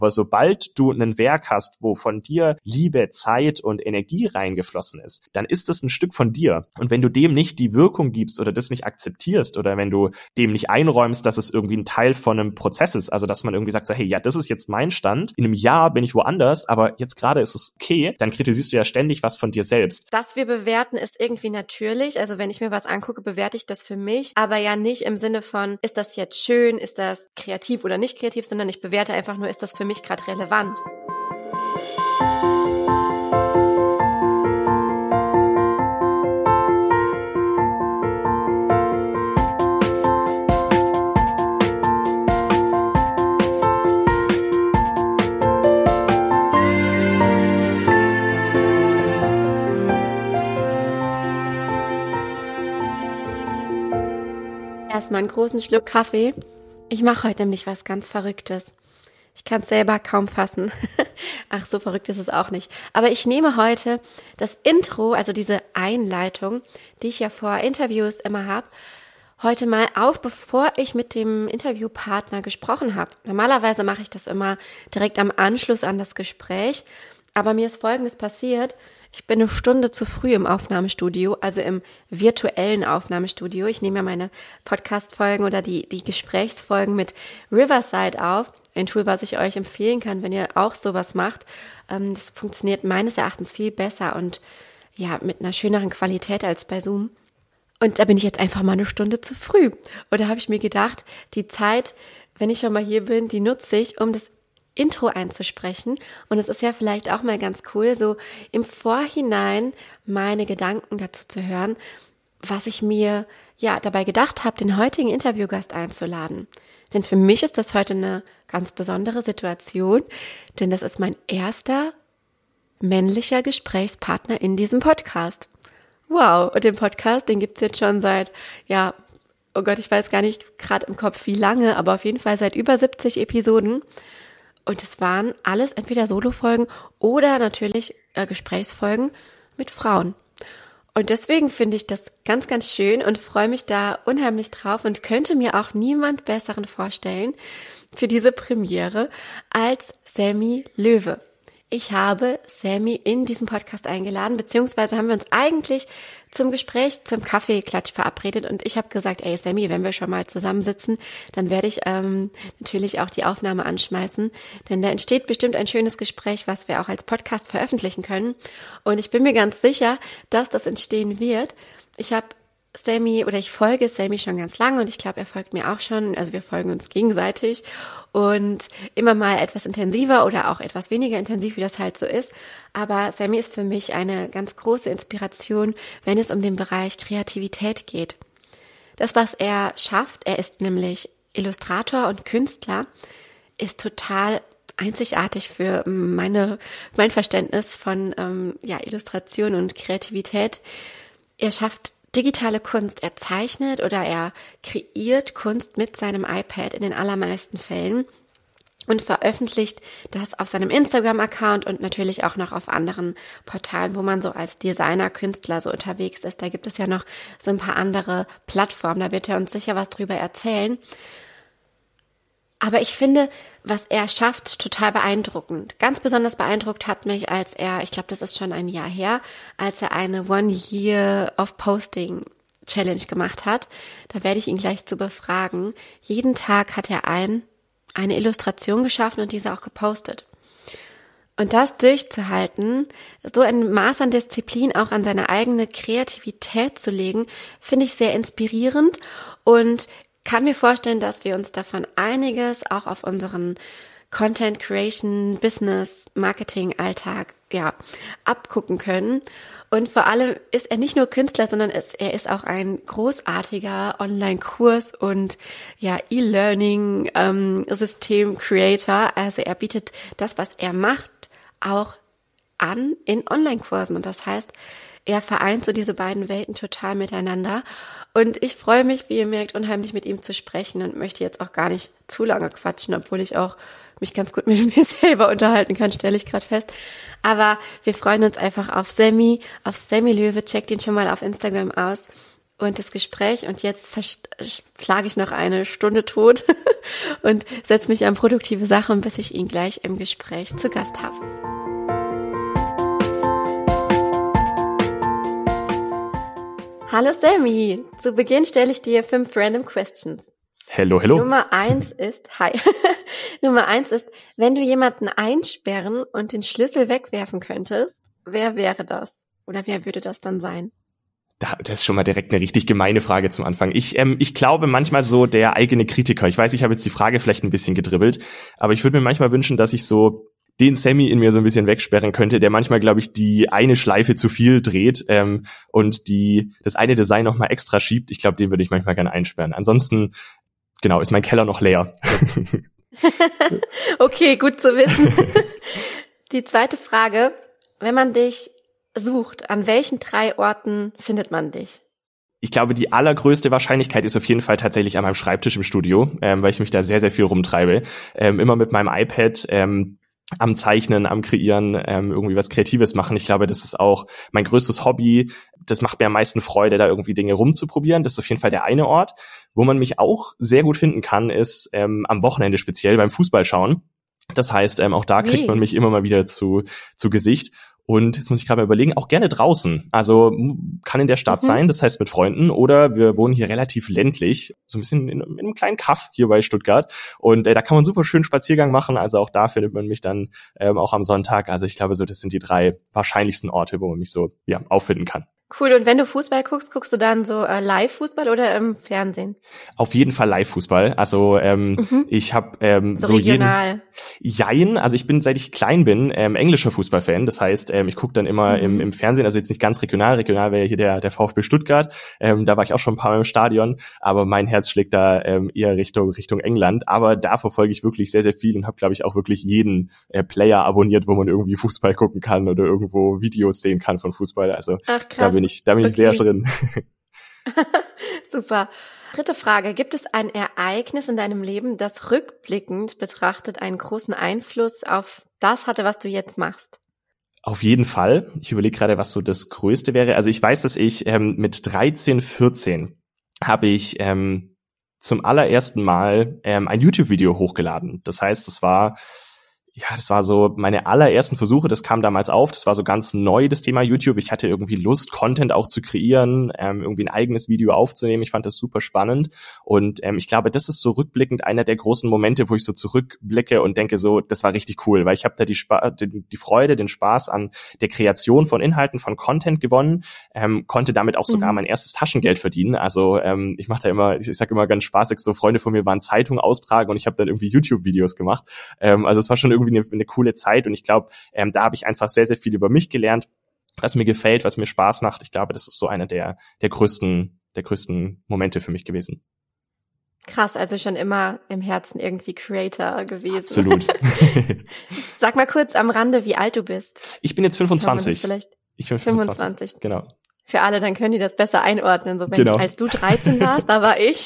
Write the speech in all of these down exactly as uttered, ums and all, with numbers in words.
Aber sobald du ein Werk hast, wo von dir Liebe, Zeit und Energie reingeflossen ist, dann ist es ein Stück von dir. Und wenn du dem nicht die Wirkung gibst oder das nicht akzeptierst oder wenn du dem nicht einräumst, dass es irgendwie ein Teil von einem Prozess ist, also dass man irgendwie sagt so, hey, ja, das ist jetzt mein Stand, in einem Jahr bin ich woanders, aber jetzt gerade ist es okay, dann kritisierst du ja ständig was von dir selbst. Dass wir bewerten, ist irgendwie natürlich, also wenn ich mir was angucke, bewerte ich das für mich, aber ja nicht im Sinne von, ist das jetzt schön, ist das kreativ oder nicht kreativ, sondern ich bewerte einfach nur, ist das für mich gerade relevant. Erstmal einen großen Schluck Kaffee. Ich mache heute nämlich was ganz Verrücktes. Ich kann es selber kaum fassen. Ach, so verrückt ist es auch nicht. Aber ich nehme heute das Intro, also diese Einleitung, die ich ja vor Interviews immer habe, heute mal auf, bevor ich mit dem Interviewpartner gesprochen habe. Normalerweise mache ich das immer direkt am Anschluss an das Gespräch. Aber mir ist Folgendes passiert. Ich bin eine Stunde zu früh im Aufnahmestudio, also im virtuellen Aufnahmestudio. Ich nehme ja meine Podcast-Folgen oder die, die Gesprächsfolgen mit Riverside auf. Ein Tool, was ich euch empfehlen kann, wenn ihr auch sowas macht. Ähm, das funktioniert meines Erachtens viel besser und ja, mit einer schöneren Qualität als bei Zoom. Und da bin ich jetzt einfach mal eine Stunde zu früh. Und da habe ich mir gedacht, die Zeit, wenn ich schon mal hier bin, die nutze ich, um das Intro einzusprechen. Und es ist ja vielleicht auch mal ganz cool, so im Vorhinein meine Gedanken dazu zu hören, was ich mir ja dabei gedacht habe, den heutigen Interviewgast einzuladen. Denn für mich ist das heute eine ganz besondere Situation, denn das ist mein erster männlicher Gesprächspartner in diesem Podcast. Wow, und den Podcast, den gibt es jetzt schon seit, ja, oh Gott, ich weiß gar nicht gerade im Kopf wie lange, aber auf jeden Fall seit über siebzig Episoden. Und es waren alles entweder Solo-Folgen oder natürlich äh, Gesprächsfolgen mit Frauen. Und deswegen finde ich das ganz, ganz schön und freue mich da unheimlich drauf und könnte mir auch niemand Besseren vorstellen für diese Premiere als Sammy Löwe. Ich habe Sammy in diesen Podcast eingeladen, beziehungsweise haben wir uns eigentlich zum Gespräch, zum Kaffeeklatsch verabredet und ich habe gesagt, ey Sammy, wenn wir schon mal zusammensitzen, dann werde ich ähm, natürlich auch die Aufnahme anschmeißen, denn da entsteht bestimmt ein schönes Gespräch, was wir auch als Podcast veröffentlichen können und ich bin mir ganz sicher, dass das entstehen wird. Ich habe Sammy oder ich folge Sammy schon ganz lange und ich glaube, er folgt mir auch schon, also wir folgen uns gegenseitig und immer mal etwas intensiver oder auch etwas weniger intensiv, wie das halt so ist. Aber Sammy ist für mich eine ganz große Inspiration, wenn es um den Bereich Kreativität geht. Das, was er schafft, er ist nämlich Illustrator und Künstler, ist total einzigartig für meine, mein Verständnis von ähm, ja, Illustration und Kreativität. Er schafft digitale Kunst, er zeichnet oder er kreiert Kunst mit seinem iPad in den allermeisten Fällen und veröffentlicht das auf seinem Instagram-Account und natürlich auch noch auf anderen Portalen, wo man so als Designer, Künstler so unterwegs ist. Da gibt es ja noch so ein paar andere Plattformen, da wird er uns sicher was drüber erzählen. Aber ich finde, was er schafft, total beeindruckend. Ganz besonders beeindruckt hat mich, als er, ich glaube, das ist schon ein Jahr her, als er eine One Year of Posting Challenge gemacht hat. Da werde ich ihn gleich zu befragen. Jeden Tag hat er ein, eine Illustration geschaffen und diese auch gepostet. Und das durchzuhalten, so ein Maß an Disziplin auch an seine eigene Kreativität zu legen, finde ich sehr inspirierend und kann mir vorstellen, dass wir uns davon einiges auch auf unseren Content Creation, Business, Marketing Alltag, ja, abgucken können. Und vor allem ist er nicht nur Künstler, sondern es, er ist auch ein großartiger Online-Kurs und ja, E-Learning-System-Creator. Also er bietet das, was er macht, auch an in Online-Kursen. Und das heißt, er vereint so diese beiden Welten total miteinander. Und ich freue mich, wie ihr merkt, unheimlich mit ihm zu sprechen und möchte jetzt auch gar nicht zu lange quatschen, obwohl ich auch mich ganz gut mit mir selber unterhalten kann, stelle ich gerade fest. Aber wir freuen uns einfach auf Sammy, auf Sammy Löwe. Checkt ihn schon mal auf Instagram aus. und das Gespräch und jetzt schlage ich noch eine Stunde tot und setze mich an produktive Sachen, bis ich ihn gleich im Gespräch zu Gast habe. Hallo Sammy, zu Beginn stelle ich dir fünf random questions. Hello, hello. Nummer eins ist, hi. Nummer eins ist, wenn du jemanden einsperren und den Schlüssel wegwerfen könntest, wer wäre das? Oder wer würde das dann sein? Da, das ist schon mal direkt eine richtig gemeine Frage zum Anfang. Ich, ähm, ich glaube manchmal so der eigene Kritiker. Ich weiß, ich habe jetzt die Frage vielleicht ein bisschen gedribbelt, aber ich würde mir manchmal wünschen, dass ich so den Sammy in mir so ein bisschen wegsperren könnte, der manchmal, glaube ich, die eine Schleife zu viel dreht ähm, und die das eine Design noch mal extra schiebt. Ich glaube, den würde ich manchmal gerne einsperren. Ansonsten, genau, ist mein Keller noch leer. Okay, gut zu wissen. Die zweite Frage, wenn man dich sucht, an welchen drei Orten findet man dich? Ich glaube, die allergrößte Wahrscheinlichkeit ist auf jeden Fall tatsächlich an meinem Schreibtisch im Studio, ähm, weil ich mich da sehr, sehr viel rumtreibe. Ähm, immer mit meinem iPad, ähm, am Zeichnen, am Kreieren, ähm, irgendwie was Kreatives machen. Ich glaube, das ist auch mein größtes Hobby. Das macht mir am meisten Freude, da irgendwie Dinge rumzuprobieren. Das ist auf jeden Fall der eine Ort. Wo man mich auch sehr gut finden kann, ist ähm, am Wochenende speziell beim Fußball schauen. Das heißt, ähm, auch da kriegt man mich immer mal wieder zu zu Gesicht. Und jetzt muss ich gerade mal überlegen, auch gerne draußen. Also kann in der Stadt mhm. sein, das heißt mit Freunden, oder wir wohnen hier relativ ländlich, so ein bisschen in, in einem kleinen Kaff hier bei Stuttgart. Und äh, da kann man super schön Spaziergang machen. Also auch da findet man mich dann ähm, auch am Sonntag. Also ich glaube so, das sind die drei wahrscheinlichsten Orte, wo man mich so ja auffinden kann. Cool. Und wenn du Fußball guckst, guckst du dann so äh, Live-Fußball oder im Fernsehen? Auf jeden Fall Live-Fußball. Also ähm, mhm. ich habe ähm, so, so regional. jeden Jein, also ich bin, seit ich klein bin, ähm, englischer Fußballfan. Das heißt, ähm, ich gucke dann immer mhm. im, im Fernsehen, also jetzt nicht ganz regional. Regional wäre ja hier der, der VfB Stuttgart. Ähm, da war ich auch schon ein paar Mal im Stadion. Aber mein Herz schlägt da ähm, eher Richtung Richtung England. Aber da verfolge ich wirklich sehr, sehr viel und habe, glaube ich, auch wirklich jeden äh, Player abonniert, wo man irgendwie Fußball gucken kann oder irgendwo Videos sehen kann von Fußball. Also Ach, krass. da bin ich, da bin ich okay. sehr drin. Super. Dritte Frage. Gibt es ein Ereignis in deinem Leben, das rückblickend betrachtet einen großen Einfluss auf das hatte, was du jetzt machst? Auf jeden Fall. Ich überlege gerade, was so das Größte wäre. Also ich weiß, dass ich ähm, mit dreizehn, vierzehn habe ich ähm, zum allerersten Mal ähm, ein YouTube-Video hochgeladen. Das heißt, es war Ja, das war so meine allerersten Versuche, das kam damals auf, das war so ganz neu, das Thema YouTube. Ich hatte irgendwie Lust, Content auch zu kreieren, ähm, irgendwie ein eigenes Video aufzunehmen. Ich fand das super spannend und ähm, ich glaube, das ist so rückblickend einer der großen Momente, wo ich so zurückblicke und denke so, das war richtig cool, weil ich habe da die, Spa- die, die Freude, den Spaß an der Kreation von Inhalten, von Content gewonnen, ähm, konnte damit auch sogar mhm. mein erstes Taschengeld verdienen. Also ähm, ich mache da immer, ich, ich sage immer ganz spaßig, so Freunde von mir waren Zeitungen austragen und ich habe dann irgendwie YouTube-Videos gemacht. Ähm, also es war schon irgendwie eine, eine coole Zeit und ich glaube, ähm, da habe ich einfach sehr, sehr viel über mich gelernt, was mir gefällt, was mir Spaß macht. Ich glaube, das ist so einer der der größten der größten Momente für mich gewesen. Krass, also schon immer im Herzen irgendwie Creator gewesen. Absolut. Sag mal kurz am Rande, wie alt du bist. Ich bin jetzt fünfundzwanzig. Vielleicht ich bin fünfundzwanzig. fünfundzwanzig. Genau. Für alle, dann können die das besser einordnen. So, wenn genau. als du dreizehn warst, da war ich.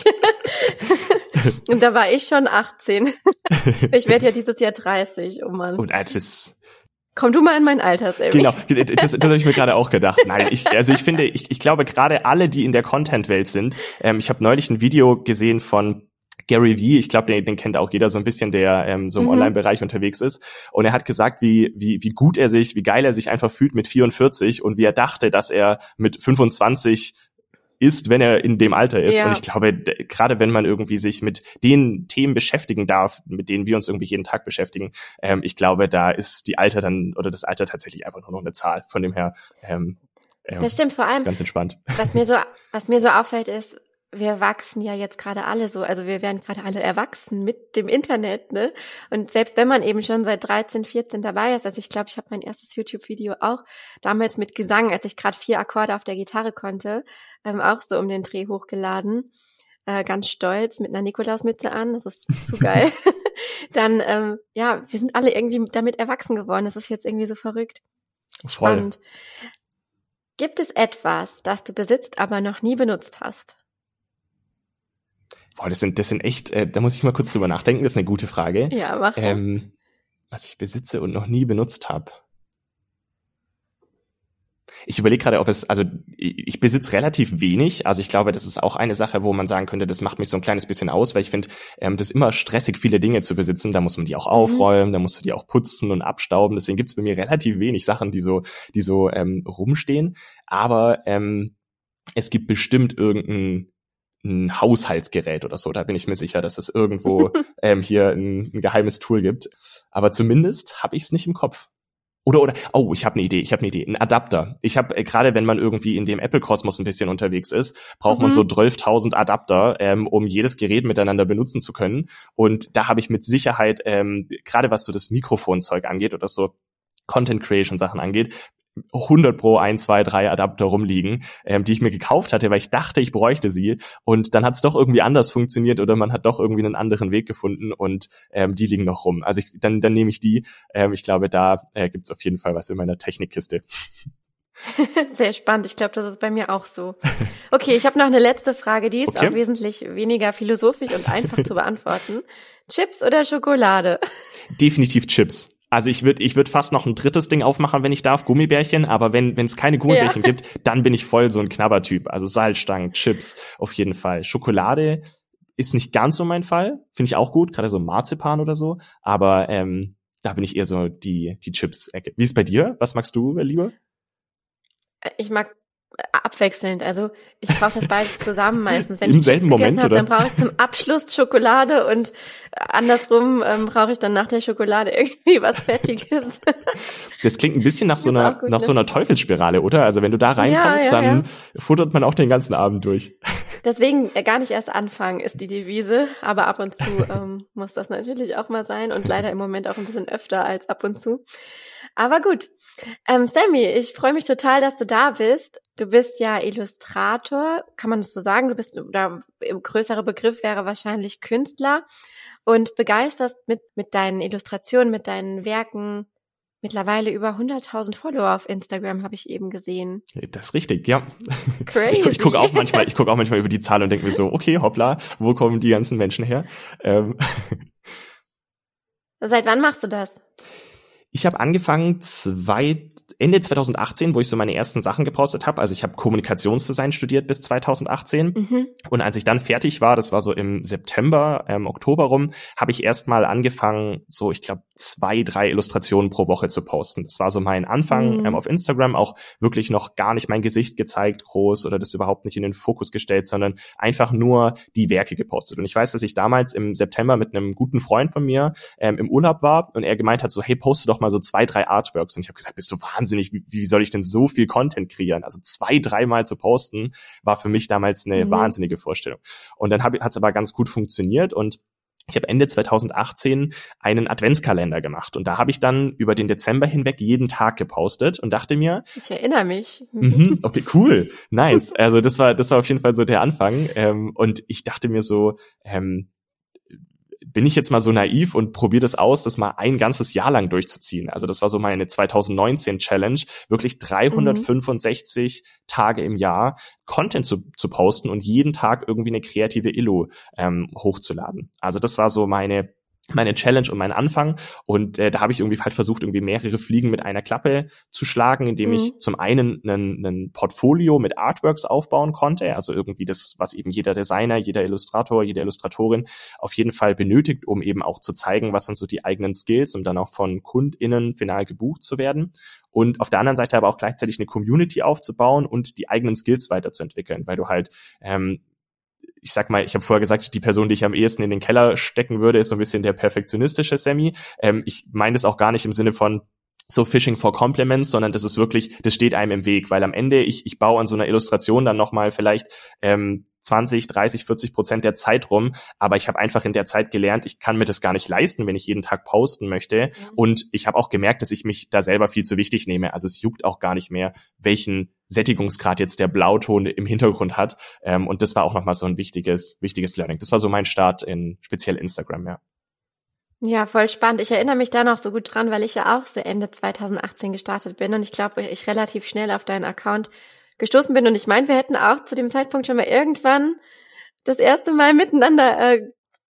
Und da war ich schon achtzehn. Ich werde ja dieses Jahr dreißig, oh Mann. Und das Komm du mal in mein Alter, Sammy. Genau, das, das habe ich mir gerade auch gedacht. Nein, ich, also ich finde, ich, ich glaube gerade alle, die in der Content-Welt sind, ähm, ich habe neulich ein Video gesehen von Gary Vee, ich glaube, den, den kennt auch jeder so ein bisschen, der ähm, so im mhm. Online-Bereich unterwegs ist. Und er hat gesagt, wie wie wie gut er sich, wie geil er sich einfach fühlt mit vierundvierzig und wie er dachte, dass er mit fünfundzwanzig ist, wenn er in dem Alter ist. Ja. Und ich glaube, d- gerade wenn man irgendwie sich mit den Themen beschäftigen darf, mit denen wir uns irgendwie jeden Tag beschäftigen, ähm, ich glaube, da ist die Alter dann oder das Alter tatsächlich einfach nur noch eine Zahl. Von dem her ähm, ähm, das stimmt, vor allem ganz entspannt. Was mir so was mir so auffällt ist, wir wachsen ja jetzt gerade alle so, also wir werden gerade alle erwachsen mit dem Internet, ne? Und selbst wenn man eben schon seit dreizehn, vierzehn dabei ist, also ich glaube, ich habe mein erstes YouTube-Video auch damals mit Gesang, als ich gerade vier Akkorde auf der Gitarre konnte, ähm, auch so um den Dreh hochgeladen. Äh, ganz stolz mit einer Nikolausmütze an, das ist zu geil. Dann, ähm, ja, wir sind alle irgendwie damit erwachsen geworden, das ist jetzt irgendwie so verrückt. Spannend. Voll. Gibt es etwas, das du besitzt, aber noch nie benutzt hast? Boah, das sind, das sind echt, äh, da muss ich mal kurz drüber nachdenken, das ist eine gute Frage. Ja, mach das. Ähm, was ich besitze und noch nie benutzt habe. Ich überlege gerade, ob es, also ich, ich besitze relativ wenig, also ich glaube, das ist auch eine Sache, wo man sagen könnte, das macht mich so ein kleines bisschen aus, weil ich finde, ähm, das ist immer stressig, viele Dinge zu besitzen, da muss man die auch aufräumen, mhm. da musst du die auch putzen und abstauben, deswegen gibt's bei mir relativ wenig Sachen, die so, die so ähm, rumstehen, aber ähm, es gibt bestimmt irgendein ein Haushaltsgerät oder so, da bin ich mir sicher, dass es irgendwo ähm, hier ein, ein geheimes Tool gibt, aber zumindest habe ich es nicht im Kopf. Oder, oder, oh, ich habe eine Idee, ich habe eine Idee, ein Adapter. Ich habe, äh, gerade wenn man irgendwie in dem Apple-Kosmos ein bisschen unterwegs ist, braucht mhm. man so zwölftausend Adapter, ähm, um jedes Gerät miteinander benutzen zu können. Und da habe ich mit Sicherheit, ähm, gerade was so das Mikrofonzeug angeht oder so Content-Creation-Sachen angeht, hundert pro ein, zwei, drei Adapter rumliegen, ähm, die ich mir gekauft hatte, weil ich dachte, ich bräuchte sie. Und dann hat es doch irgendwie anders funktioniert oder man hat doch irgendwie einen anderen Weg gefunden und ähm, die liegen noch rum. Also ich, dann, dann nehme ich die. Ähm, ich glaube, da äh, gibt es auf jeden Fall was in meiner Technikkiste. Sehr spannend. Ich glaube, das ist bei mir auch so. Okay, ich habe noch eine letzte Frage, die ist okay. auch wesentlich weniger philosophisch und einfach zu beantworten. Chips oder Schokolade? Definitiv Chips. Also ich würde ich würde fast noch ein drittes Ding aufmachen, wenn ich darf, Gummibärchen, aber wenn wenn es keine Gummibärchen ja. gibt, dann bin ich voll so ein Knabbertyp. Also Salzstangen, Chips auf jeden Fall. Schokolade ist nicht ganz so mein Fall, finde ich auch gut, gerade so Marzipan oder so, aber ähm, da bin ich eher so die die Chips-Ecke. Wie ist bei dir? Was magst du lieber? Ich mag abwechselnd, also ich brauche das beides zusammen meistens. Wenn Im ich selben Moment, hab, oder? Dann brauche ich zum Abschluss Schokolade und andersrum ähm, brauche ich dann nach der Schokolade irgendwie was Fertiges. Das klingt ein bisschen nach so einer gut, nach ne? so einer Teufelsspirale, oder? Also wenn du da reinkommst, ja, ja, dann ja. futtert man auch den ganzen Abend durch. Deswegen äh, gar nicht erst anfangen ist die Devise, aber ab und zu ähm, muss das natürlich auch mal sein und leider im Moment auch ein bisschen öfter als ab und zu. Aber gut. Ähm, Sammy, ich freue mich total, dass du da bist. Du bist ja Illustrator, kann man das so sagen? Du bist, oder ein größerer Begriff wäre wahrscheinlich Künstler und begeisterst mit, mit deinen Illustrationen, mit deinen Werken mittlerweile über hunderttausend Follower auf Instagram, habe ich eben gesehen. Das ist richtig, ja. Crazy. Ich, ich gucke auch manchmal, ich gucke auch manchmal über die Zahl und denke mir so, okay, hoppla, wo kommen die ganzen Menschen her? Ähm. Seit wann machst du das? Ich habe angefangen zwei, Ende zwanzig achtzehn, wo ich so meine ersten Sachen gepostet habe. Also ich habe Kommunikationsdesign studiert bis zwanzig achtzehn. Mhm. Und als ich dann fertig war, das war so im September, ähm, Oktober rum, habe ich erstmal angefangen, so ich glaube zwei, drei Illustrationen pro Woche zu posten. Das war so mein Anfang mhm. ähm, auf Instagram, auch wirklich noch gar nicht mein Gesicht gezeigt groß oder das überhaupt nicht in den Fokus gestellt, sondern einfach nur die Werke gepostet. Und ich weiß, dass ich damals im September mit einem guten Freund von mir ähm, im Urlaub war und er gemeint hat so, hey, poste doch mal so zwei, drei Artworks. Und ich habe gesagt, bist du wahnsinnig, wie, wie soll ich denn so viel Content kreieren? Also zwei, dreimal zu posten, war für mich damals eine mhm. wahnsinnige Vorstellung. Und dann hat es aber ganz gut funktioniert und ich habe Ende zwanzig achtzehn einen Adventskalender gemacht und da habe ich dann über den Dezember hinweg jeden Tag gepostet und dachte mir, ich erinnere mich. Mhm, okay, cool, nice. Also das war das war auf jeden Fall so der Anfang ähm, und ich dachte mir so, ähm, bin ich jetzt mal so naiv und probiere das aus, das mal ein ganzes Jahr lang durchzuziehen. Also das war so meine zwanzig neunzehn Challenge, wirklich dreihundertfünfundsechzig mhm. Tage im Jahr Content zu, zu posten und jeden Tag irgendwie eine kreative Illu ähm, hochzuladen. Also das war so meine meine Challenge und mein Anfang und äh, da habe ich irgendwie halt versucht, irgendwie mehrere Fliegen mit einer Klappe zu schlagen, indem mhm. ich zum einen ein Portfolio mit Artworks aufbauen konnte, also irgendwie das, was eben jeder Designer, jeder Illustrator, jede Illustratorin auf jeden Fall benötigt, um eben auch zu zeigen, was sind so die eigenen Skills, um dann auch von KundInnen final gebucht zu werden. Und auf der anderen Seite aber auch gleichzeitig eine Community aufzubauen und die eigenen Skills weiterzuentwickeln, weil du halt ähm, ich sag mal, ich habe vorher gesagt, die Person, die ich am ehesten in den Keller stecken würde, ist so ein bisschen der perfektionistische Sammy. Ähm, ich meine das auch gar nicht im Sinne von so Fishing for Compliments, sondern das ist wirklich, das steht einem im Weg, weil am Ende, ich ich baue an so einer Illustration dann nochmal vielleicht ähm, zwanzig, dreißig, vierzig Prozent der Zeit rum, aber ich habe einfach in der Zeit gelernt, ich kann mir das gar nicht leisten, wenn ich jeden Tag posten möchte mhm. und ich habe auch gemerkt, dass ich mich da selber viel zu wichtig nehme, also es juckt auch gar nicht mehr, welchen Sättigungsgrad jetzt der Blauton im Hintergrund hat ähm, und das war auch nochmal so ein wichtiges wichtiges Learning. Das war so mein Start in speziell Instagram, ja. Ja, voll spannend. Ich erinnere mich da noch so gut dran, weil ich ja auch so Ende zwanzig achtzehn gestartet bin und ich glaube, ich relativ schnell auf deinen Account gestoßen bin und ich meine, wir hätten auch zu dem Zeitpunkt schon mal irgendwann das erste Mal miteinander äh,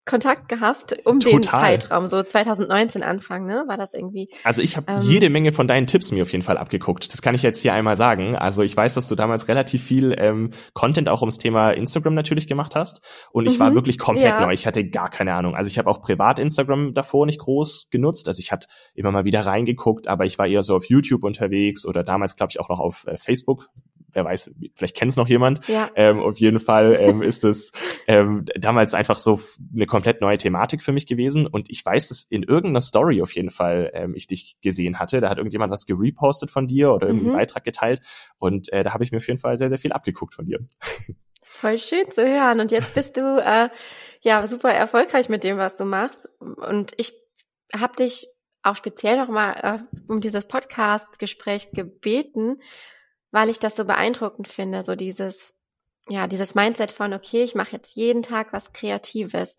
Kontakt gehabt um Total. Den Zeitraum, so zwanzig neunzehn Anfang, ne? War das irgendwie? Also ich habe ähm, jede Menge von deinen Tipps mir auf jeden Fall abgeguckt. Das kann ich jetzt hier einmal sagen. Also ich weiß, dass du damals relativ viel ähm, Content auch ums Thema Instagram natürlich gemacht hast. Und ich mhm, war wirklich komplett ja. neu. Ich hatte gar keine Ahnung. Also ich habe auch privat Instagram davor nicht groß genutzt. Also ich hatte immer mal wieder reingeguckt, aber ich war eher so auf YouTube unterwegs oder damals, glaube ich, auch noch auf äh, Facebook. Wer weiß, vielleicht kennt es noch jemand. Ja. Ähm, auf jeden Fall ähm, ist es ähm, damals einfach so eine komplett neue Thematik für mich gewesen. Und ich weiß, dass in irgendeiner Story auf jeden Fall ähm, ich dich gesehen hatte. Da hat irgendjemand was gerepostet von dir oder irgendeinen Mhm. Beitrag geteilt. Und äh, da habe ich mir auf jeden Fall sehr, sehr viel abgeguckt von dir. Voll schön zu hören. Und jetzt bist du äh, ja super erfolgreich mit dem, was du machst. Und ich habe dich auch speziell nochmal äh, um dieses Podcast-Gespräch gebeten, weil ich das so beeindruckend finde, so dieses, ja, dieses Mindset von, okay, ich mache jetzt jeden Tag was Kreatives.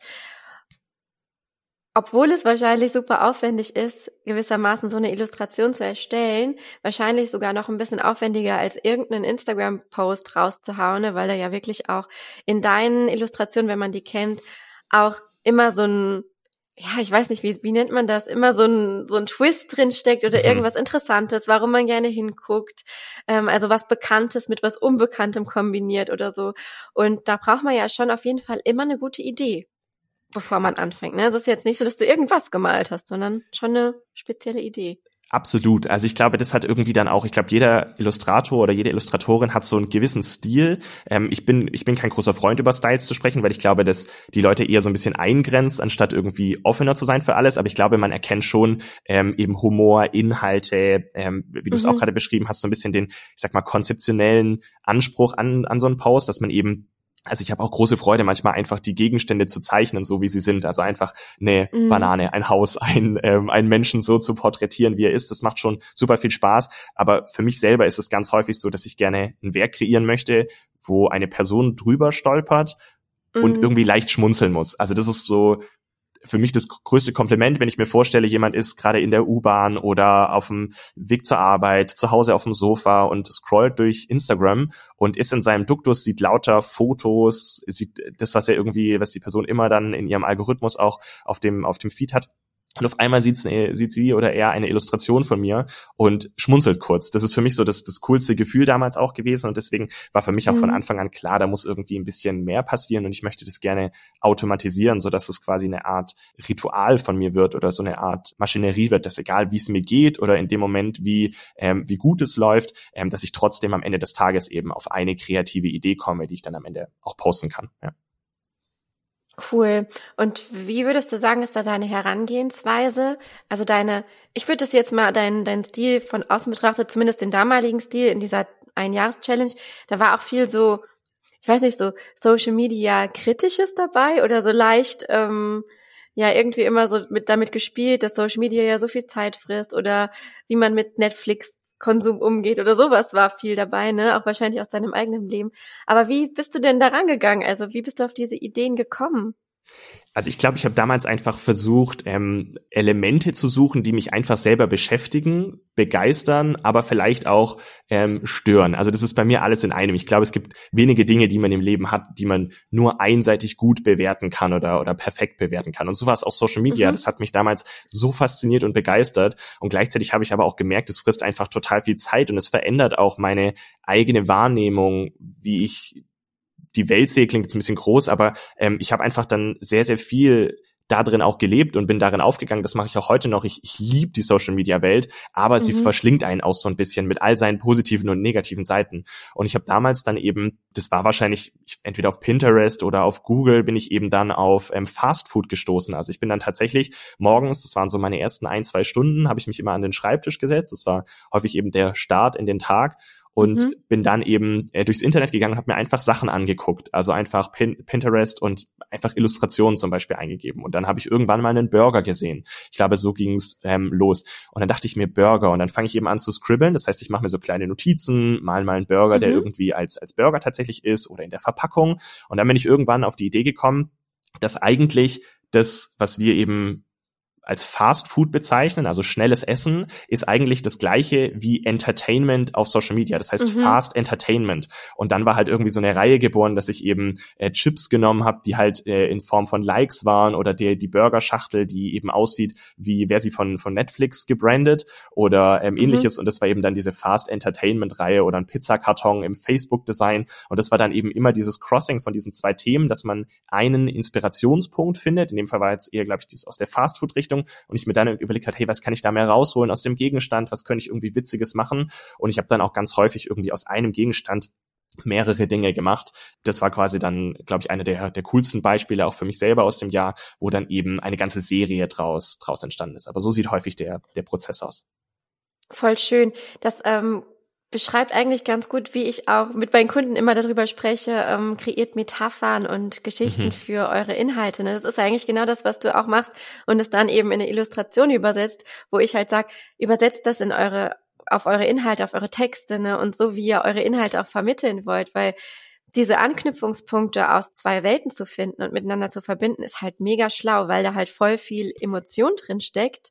Obwohl es wahrscheinlich super aufwendig ist, gewissermaßen so eine Illustration zu erstellen, wahrscheinlich sogar noch ein bisschen aufwendiger als irgendeinen Instagram-Post rauszuhauen, ne, weil da ja wirklich auch in deinen Illustrationen, wenn man die kennt, auch immer so ein, ja, ich weiß nicht, wie, wie nennt man das, immer so ein, so ein Twist drin steckt oder Mhm. irgendwas Interessantes, warum man gerne hinguckt, ähm, also was Bekanntes mit was Unbekanntem kombiniert oder so. Und da braucht man ja schon auf jeden Fall immer eine gute Idee, bevor man anfängt. Ne? Also es ist jetzt nicht so, dass du irgendwas gemalt hast, sondern schon eine spezielle Idee. Absolut. Also ich glaube, das hat irgendwie dann auch, ich glaube, jeder Illustrator oder jede Illustratorin hat so einen gewissen Stil. Ähm, ich bin ich bin kein großer Freund, über Styles zu sprechen, weil ich glaube, dass die Leute eher so ein bisschen eingrenzt, anstatt irgendwie offener zu sein für alles. Aber ich glaube, man erkennt schon ähm, eben Humor, Inhalte, ähm, wie du es Mhm. auch gerade beschrieben hast, so ein bisschen den, ich sag mal, konzeptionellen Anspruch an an so einen Post, dass man eben Also ich habe auch große Freude, manchmal einfach die Gegenstände zu zeichnen, so wie sie sind. Also einfach eine Mhm. Banane, ein Haus, ein, ähm, einen Menschen so zu porträtieren, wie er ist. Das macht schon super viel Spaß. Aber für mich selber ist es ganz häufig so, dass ich gerne ein Werk kreieren möchte, wo eine Person drüber stolpert und Mhm. irgendwie leicht schmunzeln muss. Also das ist so für mich das größte Kompliment, wenn ich mir vorstelle, jemand ist gerade in der U-Bahn oder auf dem Weg zur Arbeit, zu Hause auf dem Sofa und scrollt durch Instagram und ist in seinem Duktus, sieht lauter Fotos, sieht das, was er irgendwie, was die Person immer dann in ihrem Algorithmus auch auf dem auf dem Feed hat. Und auf einmal sieht's, sieht sie oder er eine Illustration von mir und schmunzelt kurz. Das ist für mich so das, das coolste Gefühl damals auch gewesen. Und deswegen war für mich auch von Mhm. Anfang an klar, da muss irgendwie ein bisschen mehr passieren. Und ich möchte das gerne automatisieren, sodass es quasi eine Art Ritual von mir wird oder so eine Art Maschinerie wird, dass egal wie es mir geht oder in dem Moment, wie, ähm, wie gut es läuft, ähm, dass ich trotzdem am Ende des Tages eben auf eine kreative Idee komme, die ich dann am Ende auch posten kann. Ja. Cool. Und wie würdest du sagen, ist da deine Herangehensweise? Also deine, ich würde das jetzt mal, dein, dein Stil von außen betrachtet, zumindest den damaligen Stil in dieser Ein-Jahres-Challenge, da war auch viel so, ich weiß nicht, so Social Media Kritisches dabei oder so leicht, ähm, ja, irgendwie immer so mit damit gespielt, dass Social Media ja so viel Zeit frisst oder wie man mit Netflix-Konsum umgeht oder sowas war viel dabei, ne? Auch wahrscheinlich aus deinem eigenen Leben. Aber wie bist du denn da rangegangen? Also wie bist du auf diese Ideen gekommen? Also ich glaube, ich habe damals einfach versucht, ähm, Elemente zu suchen, die mich einfach selber beschäftigen, begeistern, aber vielleicht auch ähm, stören. Also das ist bei mir alles in einem. Ich glaube, es gibt wenige Dinge, die man im Leben hat, die man nur einseitig gut bewerten kann oder oder perfekt bewerten kann. Und so war es auch Social Media. Mhm. Das hat mich damals so fasziniert und begeistert. Und gleichzeitig habe ich aber auch gemerkt, es frisst einfach total viel Zeit und es verändert auch meine eigene Wahrnehmung, wie ich die Welt sehe, klingt jetzt ein bisschen groß, aber ähm, ich habe einfach dann sehr, sehr viel da drin auch gelebt und bin darin aufgegangen. Das mache ich auch heute noch. Ich, ich liebe die Social-Media-Welt, aber mhm. sie verschlingt einen auch so ein bisschen mit all seinen positiven und negativen Seiten. Und ich habe damals dann eben, das war wahrscheinlich entweder auf Pinterest oder auf Google, bin ich eben dann auf ähm, Fastfood gestoßen. Also ich bin dann tatsächlich morgens, das waren so meine ersten ein, zwei Stunden, habe ich mich immer an den Schreibtisch gesetzt. Das war häufig eben der Start in den Tag. Und mhm. bin dann eben äh, durchs Internet gegangen und habe mir einfach Sachen angeguckt. Also einfach Pin- Pinterest und einfach Illustrationen zum Beispiel eingegeben. Und dann habe ich irgendwann mal einen Burger gesehen. Ich glaube, so ging's ähm, los. Und dann dachte ich mir Burger. Und dann fange ich eben an zu scribbeln. Das heißt, ich mache mir so kleine Notizen, mal mal einen Burger, mhm. der irgendwie als als Burger tatsächlich ist oder in der Verpackung. Und dann bin ich irgendwann auf die Idee gekommen, dass eigentlich das, was wir eben als Fast Food bezeichnen, also schnelles Essen, ist eigentlich das gleiche wie Entertainment auf Social Media. Das heißt mhm. Fast Entertainment. Und dann war halt irgendwie so eine Reihe geboren, dass ich eben äh, Chips genommen habe, die halt äh, in Form von Likes waren oder die, die Burgerschachtel, die eben aussieht, wie wäre sie von von Netflix gebrandet oder ähm, ähnliches. Mhm. Und das war eben dann diese Fast Entertainment Reihe oder ein Pizzakarton im Facebook Design. Und das war dann eben immer dieses Crossing von diesen zwei Themen, dass man einen Inspirationspunkt findet. In dem Fall war jetzt eher, glaube ich, dieses aus der Fast Food Richtung. Und ich mir dann überlegt habe, hey, was kann ich da mehr rausholen aus dem Gegenstand? Was könnte ich irgendwie Witziges machen? Und ich habe dann auch ganz häufig irgendwie aus einem Gegenstand mehrere Dinge gemacht. Das war quasi dann, glaube ich, eine der, der coolsten Beispiele auch für mich selber aus dem Jahr, wo dann eben eine ganze Serie draus, draus entstanden ist. Aber so sieht häufig der, der Prozess aus. Voll schön. Das ähm, beschreibt eigentlich ganz gut, wie ich auch mit meinen Kunden immer darüber spreche, ähm, kreiert Metaphern und Geschichten mhm. für eure Inhalte. Ne? Das ist eigentlich genau das, was du auch machst und es dann eben in eine Illustration übersetzt, wo ich halt sage, übersetzt das in eure, auf eure Inhalte, auf eure Texte, ne? Und so, wie ihr eure Inhalte auch vermitteln wollt, weil diese Anknüpfungspunkte aus zwei Welten zu finden und miteinander zu verbinden, ist halt mega schlau, weil da halt voll viel Emotion drin steckt.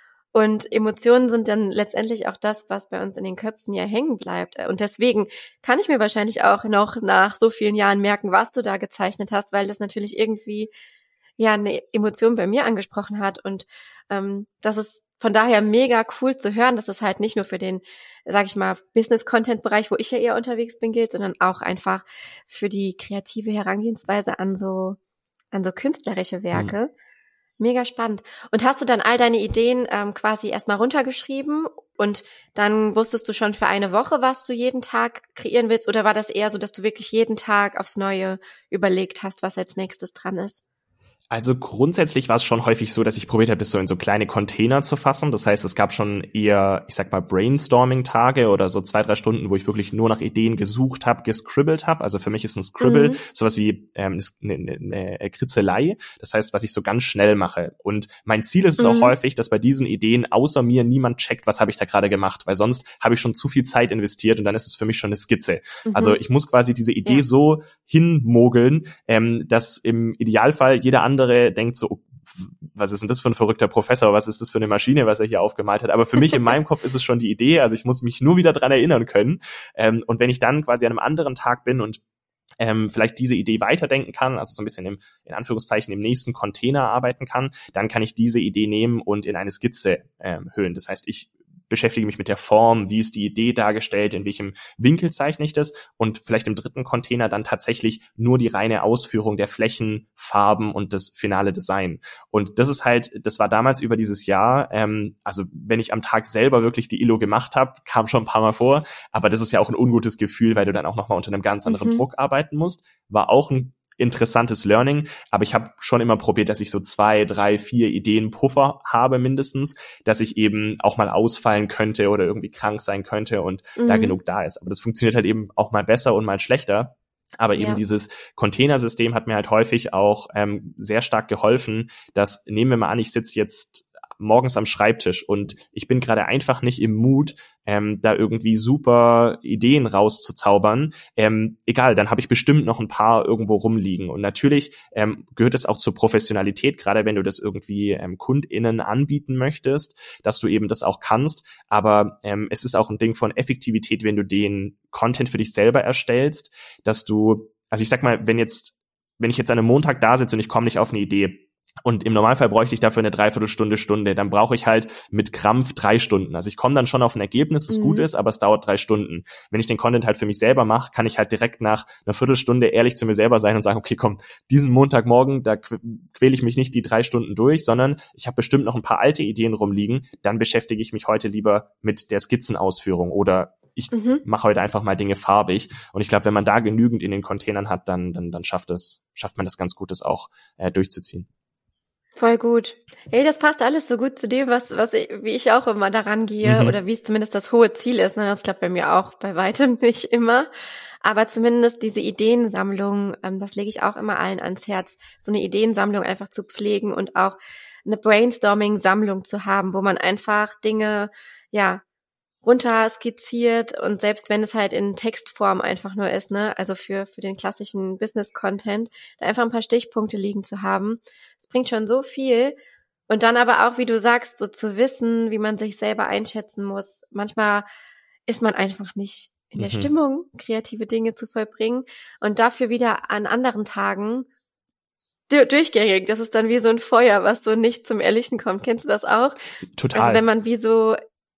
Und Emotionen sind dann letztendlich auch das, was bei uns in den Köpfen ja hängen bleibt. Und deswegen kann ich mir wahrscheinlich auch noch nach so vielen Jahren merken, was du da gezeichnet hast, weil das natürlich irgendwie ja eine Emotion bei mir angesprochen hat. Und ähm, das ist von daher mega cool zu hören, dass es halt nicht nur für den, sag ich mal, Business-Content-Bereich, wo ich ja eher unterwegs bin, gilt, sondern auch einfach für die kreative Herangehensweise an so an so künstlerische Werke. Mhm. Mega spannend. Und hast du dann all deine Ideen ähm, quasi erstmal runtergeschrieben und dann wusstest du schon für eine Woche, was du jeden Tag kreieren willst? Oder war das eher so, dass du wirklich jeden Tag aufs Neue überlegt hast, was als nächstes dran ist? Also grundsätzlich war es schon häufig so, dass ich probiert habe, das so in so kleine Container zu fassen. Das heißt, es gab schon eher, ich sag mal, Brainstorming-Tage oder so zwei, drei Stunden, wo ich wirklich nur nach Ideen gesucht habe, gescribbelt habe. Also für mich ist ein Scribble mhm. sowas wie ähm, eine, eine, eine Kritzelei. Das heißt, was ich so ganz schnell mache. Und mein Ziel ist es mhm. auch häufig, dass bei diesen Ideen außer mir niemand checkt, was habe ich da gerade gemacht. Weil sonst habe ich schon zu viel Zeit investiert und dann ist es für mich schon eine Skizze. Mhm. Also ich muss quasi diese Idee ja. so hinmogeln, ähm, dass im Idealfall jeder andere denkt so, was ist denn das für ein verrückter Professor, was ist das für eine Maschine, was er hier aufgemalt hat, aber für mich in meinem Kopf ist es schon die Idee, also ich muss mich nur wieder dran erinnern können ähm, und wenn ich dann quasi an einem anderen Tag bin und ähm, vielleicht diese Idee weiterdenken kann, also so ein bisschen im, in Anführungszeichen im nächsten Container arbeiten kann, dann kann ich diese Idee nehmen und in eine Skizze ähm, hüllen. Das heißt, ich beschäftige mich mit der Form, wie ist die Idee dargestellt, in welchem Winkel zeichne ich das und vielleicht im dritten Container dann tatsächlich nur die reine Ausführung der Flächen, Farben und das finale Design. Und das ist halt, das war damals über dieses Jahr, ähm, also wenn ich am Tag selber wirklich die Illo gemacht habe, kam schon ein paar Mal vor, aber das ist ja auch ein ungutes Gefühl, weil du dann auch nochmal unter einem ganz anderen mhm. Druck arbeiten musst, war auch ein interessantes Learning, aber ich habe schon immer probiert, dass ich so zwei, drei, vier Ideen Puffer habe mindestens, dass ich eben auch mal ausfallen könnte oder irgendwie krank sein könnte und mhm. da genug da ist. Aber das funktioniert halt eben auch mal besser und mal schlechter. Aber eben ja. dieses Containersystem hat mir halt häufig auch ähm, sehr stark geholfen, dass, nehmen wir mal an, ich sitze jetzt morgens am Schreibtisch und ich bin gerade einfach nicht im Mut, ähm, da irgendwie super Ideen rauszuzaubern. Ähm, egal, dann habe ich bestimmt noch ein paar irgendwo rumliegen. Und natürlich ähm, gehört es auch zur Professionalität, gerade wenn du das irgendwie ähm, KundInnen anbieten möchtest, dass du eben das auch kannst. Aber ähm, es ist auch ein Ding von Effektivität, wenn du den Content für dich selber erstellst, dass du, also ich sag mal, wenn jetzt, wenn ich jetzt an einem Montag da sitze und ich komme nicht auf eine Idee, und im Normalfall bräuchte ich dafür eine Dreiviertelstunde, Stunde. Dann brauche ich halt mit Krampf drei Stunden. Also ich komme dann schon auf ein Ergebnis, das mhm. gut ist, aber es dauert drei Stunden. Wenn ich den Content halt für mich selber mache, kann ich halt direkt nach einer Viertelstunde ehrlich zu mir selber sein und sagen, okay, komm, diesen Montagmorgen, da quäle ich mich nicht die drei Stunden durch, sondern ich habe bestimmt noch ein paar alte Ideen rumliegen. Dann beschäftige ich mich heute lieber mit der Skizzenausführung oder ich mhm. mache heute einfach mal Dinge farbig. Und ich glaube, wenn man da genügend in den Containern hat, dann dann dann schafft es, schafft man das ganz gut, das auch äh, durchzuziehen. Voll gut. Hey, das passt alles so gut zu dem, was, was ich, wie ich auch immer daran gehe, mhm. oder wie es zumindest das hohe Ziel ist. Ne? Das klappt bei mir auch bei weitem nicht immer. Aber zumindest diese Ideensammlung, ähm, das lege ich auch immer allen ans Herz, so eine Ideensammlung einfach zu pflegen und auch eine Brainstorming-Sammlung zu haben, wo man einfach Dinge, ja, runter skizziert und selbst wenn es halt in Textform einfach nur ist, ne, also für für den klassischen Business-Content, da einfach ein paar Stichpunkte liegen zu haben, es bringt schon so viel Und dann aber auch, wie du sagst, so zu wissen, wie man sich selber einschätzen muss. Manchmal ist man einfach nicht in der Mhm. Stimmung, kreative Dinge zu vollbringen und dafür wieder an anderen Tagen du- durchgängig. Das ist dann wie so ein Feuer, was so nicht zum Erlichen kommt. Kennst du das auch? Total. Also wenn man wie so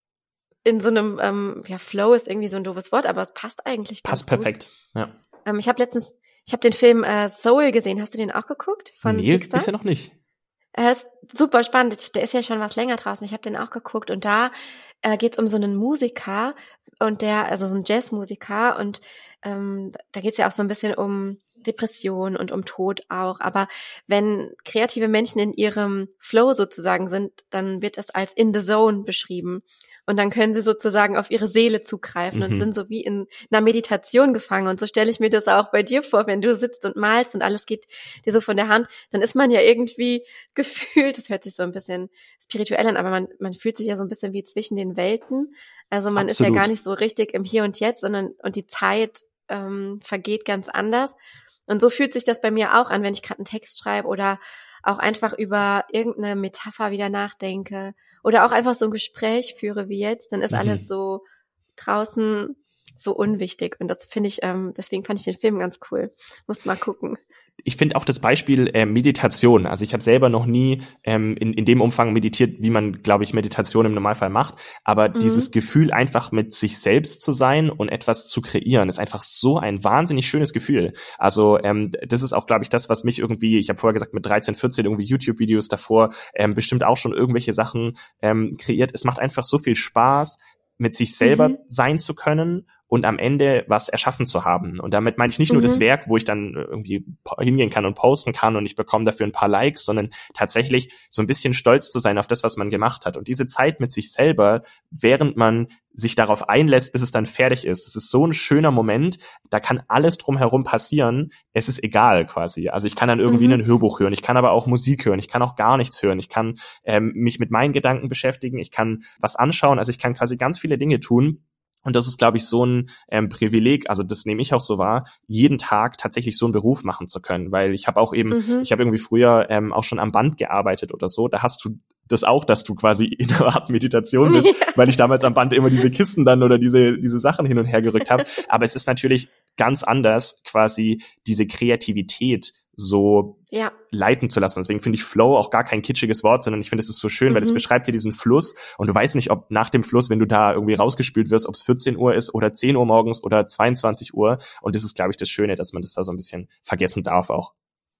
in so einem, ähm, ja, Flow ist irgendwie so ein doofes Wort, aber es passt eigentlich ganz Passt perfekt. Ja. gut. Ähm, ich habe letztens, ich habe den Film äh, Soul gesehen. Hast du den auch geguckt? Von Nee, Pixar? bisher noch nicht. Er ist super spannend. Der ist ja schon was länger draußen. Ich habe den auch geguckt und da äh, geht's um so einen Musiker und der, also so einen Jazzmusiker und ähm, da geht's ja auch so ein bisschen um Depression und um Tod auch. Aber wenn kreative Menschen in ihrem Flow sozusagen sind, dann wird es als in the zone beschrieben. Und dann können sie sozusagen auf ihre Seele zugreifen Mhm. und sind so wie in einer Meditation gefangen. Und so stelle ich mir das auch bei dir vor, wenn du sitzt und malst und alles geht dir so von der Hand, dann ist man ja irgendwie gefühlt, das hört sich so ein bisschen spirituell an, aber man, man fühlt sich ja so ein bisschen wie zwischen den Welten. Also man ist ja Absolut. gar nicht so richtig im Hier und Jetzt, sondern und die Zeit ähm, vergeht ganz anders. Und so fühlt sich das bei mir auch an, wenn ich gerade einen Text schreibe oder auch einfach über irgendeine Metapher wieder nachdenke oder auch einfach so ein Gespräch führe wie jetzt, dann ist Mhm. alles so draußen so unwichtig. Und das finde ich, ähm, deswegen fand ich den Film ganz cool. Musst mal gucken. Ich finde auch das Beispiel äh, Meditation. Also ich habe selber noch nie ähm, in, in dem Umfang meditiert, wie man, glaube ich, Meditation im Normalfall macht. Aber Mhm. dieses Gefühl, einfach mit sich selbst zu sein und etwas zu kreieren, ist einfach so ein wahnsinnig schönes Gefühl. Also ähm, das ist auch, glaube ich, das, was mich irgendwie, ich habe vorher gesagt, mit dreizehn, vierzehn irgendwie YouTube-Videos davor ähm, bestimmt auch schon irgendwelche Sachen ähm, kreiert. Es macht einfach so viel Spaß, mit sich selber Mhm. sein zu können und am Ende was erschaffen zu haben. Und damit meine ich nicht nur Mhm. das Werk, wo ich dann irgendwie hingehen kann und posten kann und ich bekomme dafür ein paar Likes, sondern tatsächlich so ein bisschen stolz zu sein auf das, was man gemacht hat. Und diese Zeit mit sich selber, während man sich darauf einlässt, bis es dann fertig ist, das ist so ein schöner Moment, da kann alles drumherum passieren, es ist egal quasi. Also ich kann dann irgendwie Mhm. ein Hörbuch hören, ich kann aber auch Musik hören, ich kann auch gar nichts hören, ich kann ähm, mich mit meinen Gedanken beschäftigen, ich kann was anschauen, also ich kann quasi ganz viele Dinge tun. Und das ist, glaube ich, so ein ähm, Privileg, also das nehme ich auch so wahr, jeden Tag tatsächlich so einen Beruf machen zu können, weil ich habe auch eben, Mhm. ich habe irgendwie früher ähm, auch schon am Band gearbeitet oder so, da hast du das auch, dass du quasi in einer Art Meditation bist, Ja. weil ich damals am Band immer diese Kisten dann oder diese diese Sachen hin und her gerückt habe, aber es ist natürlich ganz anders, quasi diese Kreativität so Ja. leiten zu lassen. Deswegen finde ich Flow auch gar kein kitschiges Wort, sondern ich finde, es ist so schön, weil es Mhm. beschreibt dir diesen Fluss und du weißt nicht, ob nach dem Fluss, wenn du da irgendwie rausgespült wirst, ob es vierzehn Uhr ist oder zehn Uhr morgens oder zweiundzwanzig Uhr. Und das ist, glaube ich, das Schöne, dass man das da so ein bisschen vergessen darf auch.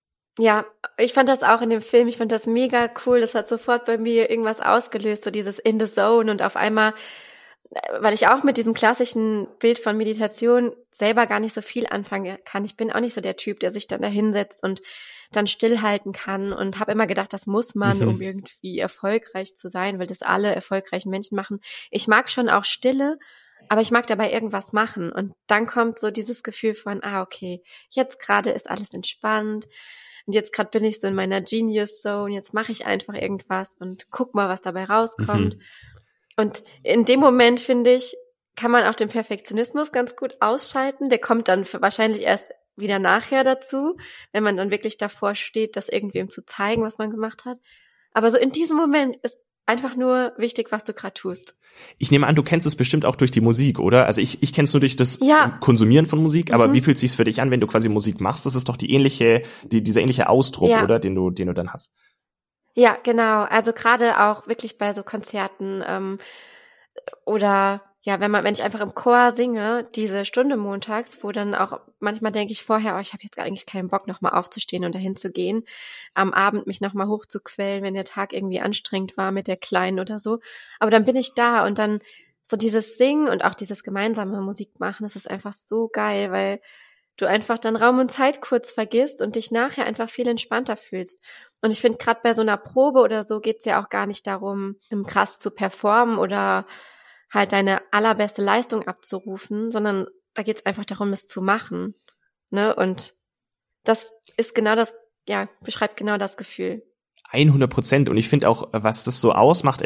Ja, ich fand das auch in dem Film, ich fand das mega cool, das hat sofort bei mir irgendwas ausgelöst, so dieses in the zone und auf einmal, äh, weil ich auch mit diesem klassischen Bild von Meditation selber gar nicht so viel anfangen kann. Ich bin auch nicht so der Typ, der sich dann da hinsetzt und dann stillhalten kann und habe immer gedacht, das muss man, Mhm. um irgendwie erfolgreich zu sein, weil das alle erfolgreichen Menschen machen. Ich mag schon auch Stille, aber ich mag dabei irgendwas machen und dann kommt so dieses Gefühl von, ah, okay, jetzt gerade ist alles entspannt. Und jetzt gerade bin ich so in meiner Genius Zone, jetzt mache ich einfach irgendwas und guck mal, was dabei rauskommt. Mhm. Und in dem Moment, finde ich, kann man auch den Perfektionismus ganz gut ausschalten. Der kommt dann für wahrscheinlich erst wieder nachher dazu, wenn man dann wirklich davor steht, das irgendwem zu zeigen, was man gemacht hat. Aber so in diesem Moment ist einfach nur wichtig, was du gerade tust. Ich nehme an, du kennst es bestimmt auch durch die Musik, oder? Also ich, ich kenne es nur durch das Ja. Konsumieren von Musik, aber Mhm. wie fühlt es sich für dich an, wenn du quasi Musik machst? Das ist doch die ähnliche, die, dieser ähnliche Ausdruck, Ja. oder? Den du, den du dann hast. Ja, genau. Also gerade auch wirklich bei so Konzerten ähm, oder ja, wenn man, wenn ich einfach im Chor singe, diese Stunde montags, wo dann auch manchmal denke ich vorher, oh, ich habe jetzt eigentlich keinen Bock, nochmal aufzustehen und dahin zu gehen, am Abend mich nochmal hochzuquälen, wenn der Tag irgendwie anstrengend war mit der Kleinen oder so. Aber dann bin ich da und dann so dieses Singen und auch dieses gemeinsame Musik machen, das ist einfach so geil, weil du einfach dann Raum und Zeit kurz vergisst und dich nachher einfach viel entspannter fühlst. Und ich finde, gerade bei so einer Probe oder so geht's ja auch gar nicht darum, krass zu performen oder halt deine allerbeste Leistung abzurufen, sondern da geht's einfach darum, es zu machen. Ne? Und das ist genau das, ja, beschreibt genau das Gefühl. hundert Prozent. Und ich finde auch, was das so ausmacht, ist,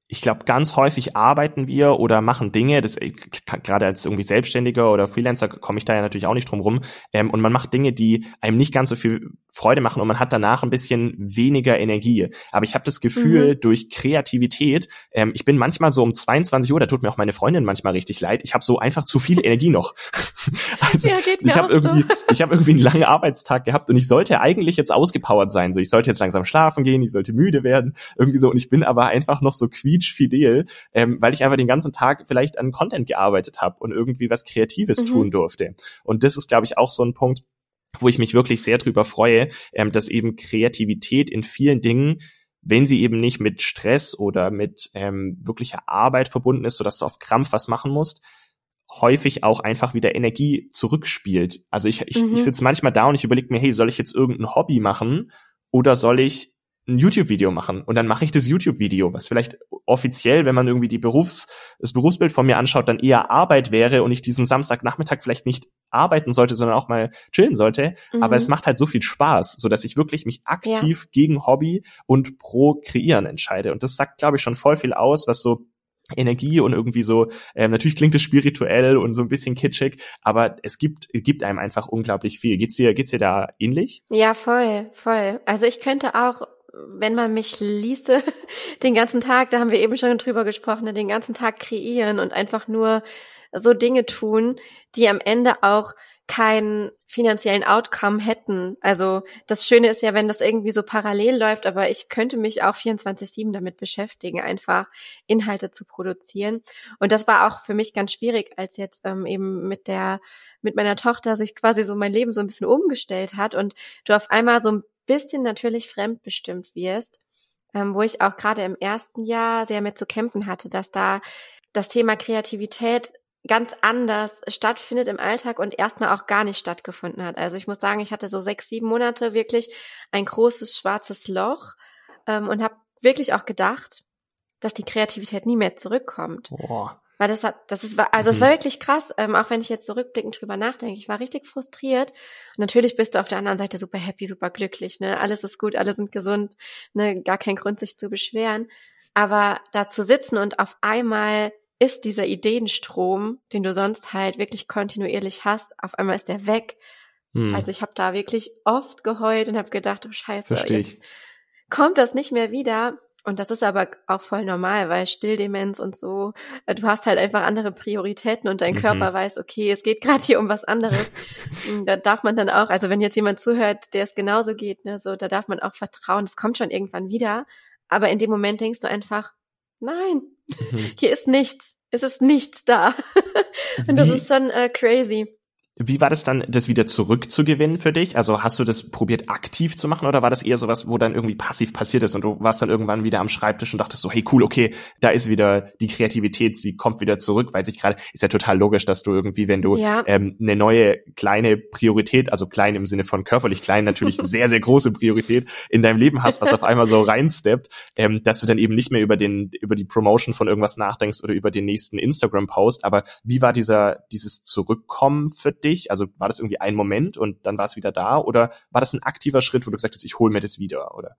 ich glaube, ganz häufig arbeiten wir oder machen Dinge, das gerade als irgendwie Selbstständiger oder Freelancer komme ich da ja natürlich auch nicht drum rum, ähm, und man macht Dinge, die einem nicht ganz so viel Freude machen und man hat danach ein bisschen weniger Energie. Aber ich habe das Gefühl, mhm. durch Kreativität, ähm, ich bin manchmal so um zweiundzwanzig Uhr, da tut mir auch meine Freundin manchmal richtig leid, ich habe so einfach zu viel Energie noch. Also ja, geht mir ich habe irgendwie, so. ich habe irgendwie einen langen Arbeitstag gehabt und ich sollte eigentlich jetzt ausgepowert sein, so ich sollte jetzt langsam schlafen gehen, ich sollte müde werden, irgendwie so, und ich bin aber einfach noch so quietschfidel, ähm, weil ich einfach den ganzen Tag vielleicht an Content gearbeitet habe und irgendwie was Kreatives mhm. tun durfte. Und das ist, glaube ich, auch so ein Punkt, wo ich mich wirklich sehr drüber freue, ähm, dass eben Kreativität in vielen Dingen, wenn sie eben nicht mit Stress oder mit ähm, wirklicher Arbeit verbunden ist, sodass du auf Krampf was machen musst, häufig auch einfach wieder Energie zurückspielt. Also ich, ich, mhm. ich sitze manchmal da und ich überlege mir, hey, soll ich jetzt irgendein Hobby machen oder soll ich ein YouTube-Video machen? Und dann mache ich das YouTube-Video, was vielleicht offiziell, wenn man irgendwie die Berufs-, das Berufsbild von mir anschaut, dann eher Arbeit wäre und ich diesen Samstagnachmittag vielleicht nicht arbeiten sollte, sondern auch mal chillen sollte. Mhm. Aber es macht halt so viel Spaß, so dass ich wirklich mich aktiv ja. gegen Hobby und pro Kreieren entscheide. Und das sagt, glaube ich, schon voll viel aus, was so Energie und irgendwie so, ähm, natürlich klingt es spirituell und so ein bisschen kitschig, aber es gibt gibt einem einfach unglaublich viel. Geht's dir geht's dir da ähnlich? Ja, voll, voll. Also ich könnte auch, wenn man mich ließe, den ganzen Tag, da haben wir eben schon drüber gesprochen, den ganzen Tag kreieren und einfach nur so Dinge tun, die am Ende auch keinen finanziellen Outcome hätten. Also das Schöne ist ja, wenn das irgendwie so parallel läuft, aber ich könnte mich auch vierundzwanzig sieben damit beschäftigen, einfach Inhalte zu produzieren. Und das war auch für mich ganz schwierig, als jetzt ähm, eben mit der mit meiner Tochter sich quasi so mein Leben so ein bisschen umgestellt hat und du auf einmal so ein bisschen natürlich fremdbestimmt wirst, ähm, wo ich auch gerade im ersten Jahr sehr mit zu kämpfen hatte, dass da das Thema Kreativität ganz anders stattfindet im Alltag und erstmal auch gar nicht stattgefunden hat. Also ich muss sagen, ich hatte so sechs, sieben Monate wirklich ein großes schwarzes Loch ähm, und habe wirklich auch gedacht, dass die Kreativität nie mehr zurückkommt. Boah. Weil das hat, das ist, also es mhm. war wirklich krass, ähm, auch wenn ich jetzt zurückblickend drüber nachdenke. Ich war richtig frustriert. Und natürlich bist du auf der anderen Seite super happy, super glücklich, ne? Alles ist gut, alle sind gesund, ne? Gar kein Grund, sich zu beschweren. Aber da zu sitzen und auf einmal ist dieser Ideenstrom, den du sonst halt wirklich kontinuierlich hast, auf einmal ist der weg. Hm. Also ich habe da wirklich oft geheult und habe gedacht, oh Scheiße, Versteh ich. Jetzt kommt das nicht mehr wieder. Und das ist aber auch voll normal, weil Stilldemenz und so, du hast halt einfach andere Prioritäten und dein mhm. Körper weiß, okay, es geht gerade hier um was anderes. Da darf man dann auch, also wenn jetzt jemand zuhört, der es genauso geht, ne, so, da darf man auch vertrauen, es kommt schon irgendwann wieder. Aber in dem Moment denkst du einfach, nein, mhm. hier ist nichts. Es ist nichts da. Und das Wie? ist schon äh, crazy. Wie war das dann, das wieder zurückzugewinnen für dich? Also hast du das probiert aktiv zu machen oder war das eher sowas, wo dann irgendwie passiv passiert ist und du warst dann irgendwann wieder am Schreibtisch und dachtest so, hey cool, okay, da ist wieder die Kreativität, sie kommt wieder zurück, weil sich gerade, ist ja total logisch, dass du irgendwie, wenn du ja. ähm, eine neue kleine Priorität, also klein im Sinne von körperlich klein, natürlich sehr, sehr große Priorität in deinem Leben hast, was auf einmal so reinsteppt, ähm, dass du dann eben nicht mehr über den über die Promotion von irgendwas nachdenkst oder über den nächsten Instagram-Post. Aber wie war dieser dieses Zurückkommen für dich? Also war das irgendwie ein Moment und dann war es wieder da oder war das ein aktiver Schritt, wo du gesagt hast, ich hole mir das wieder, oder?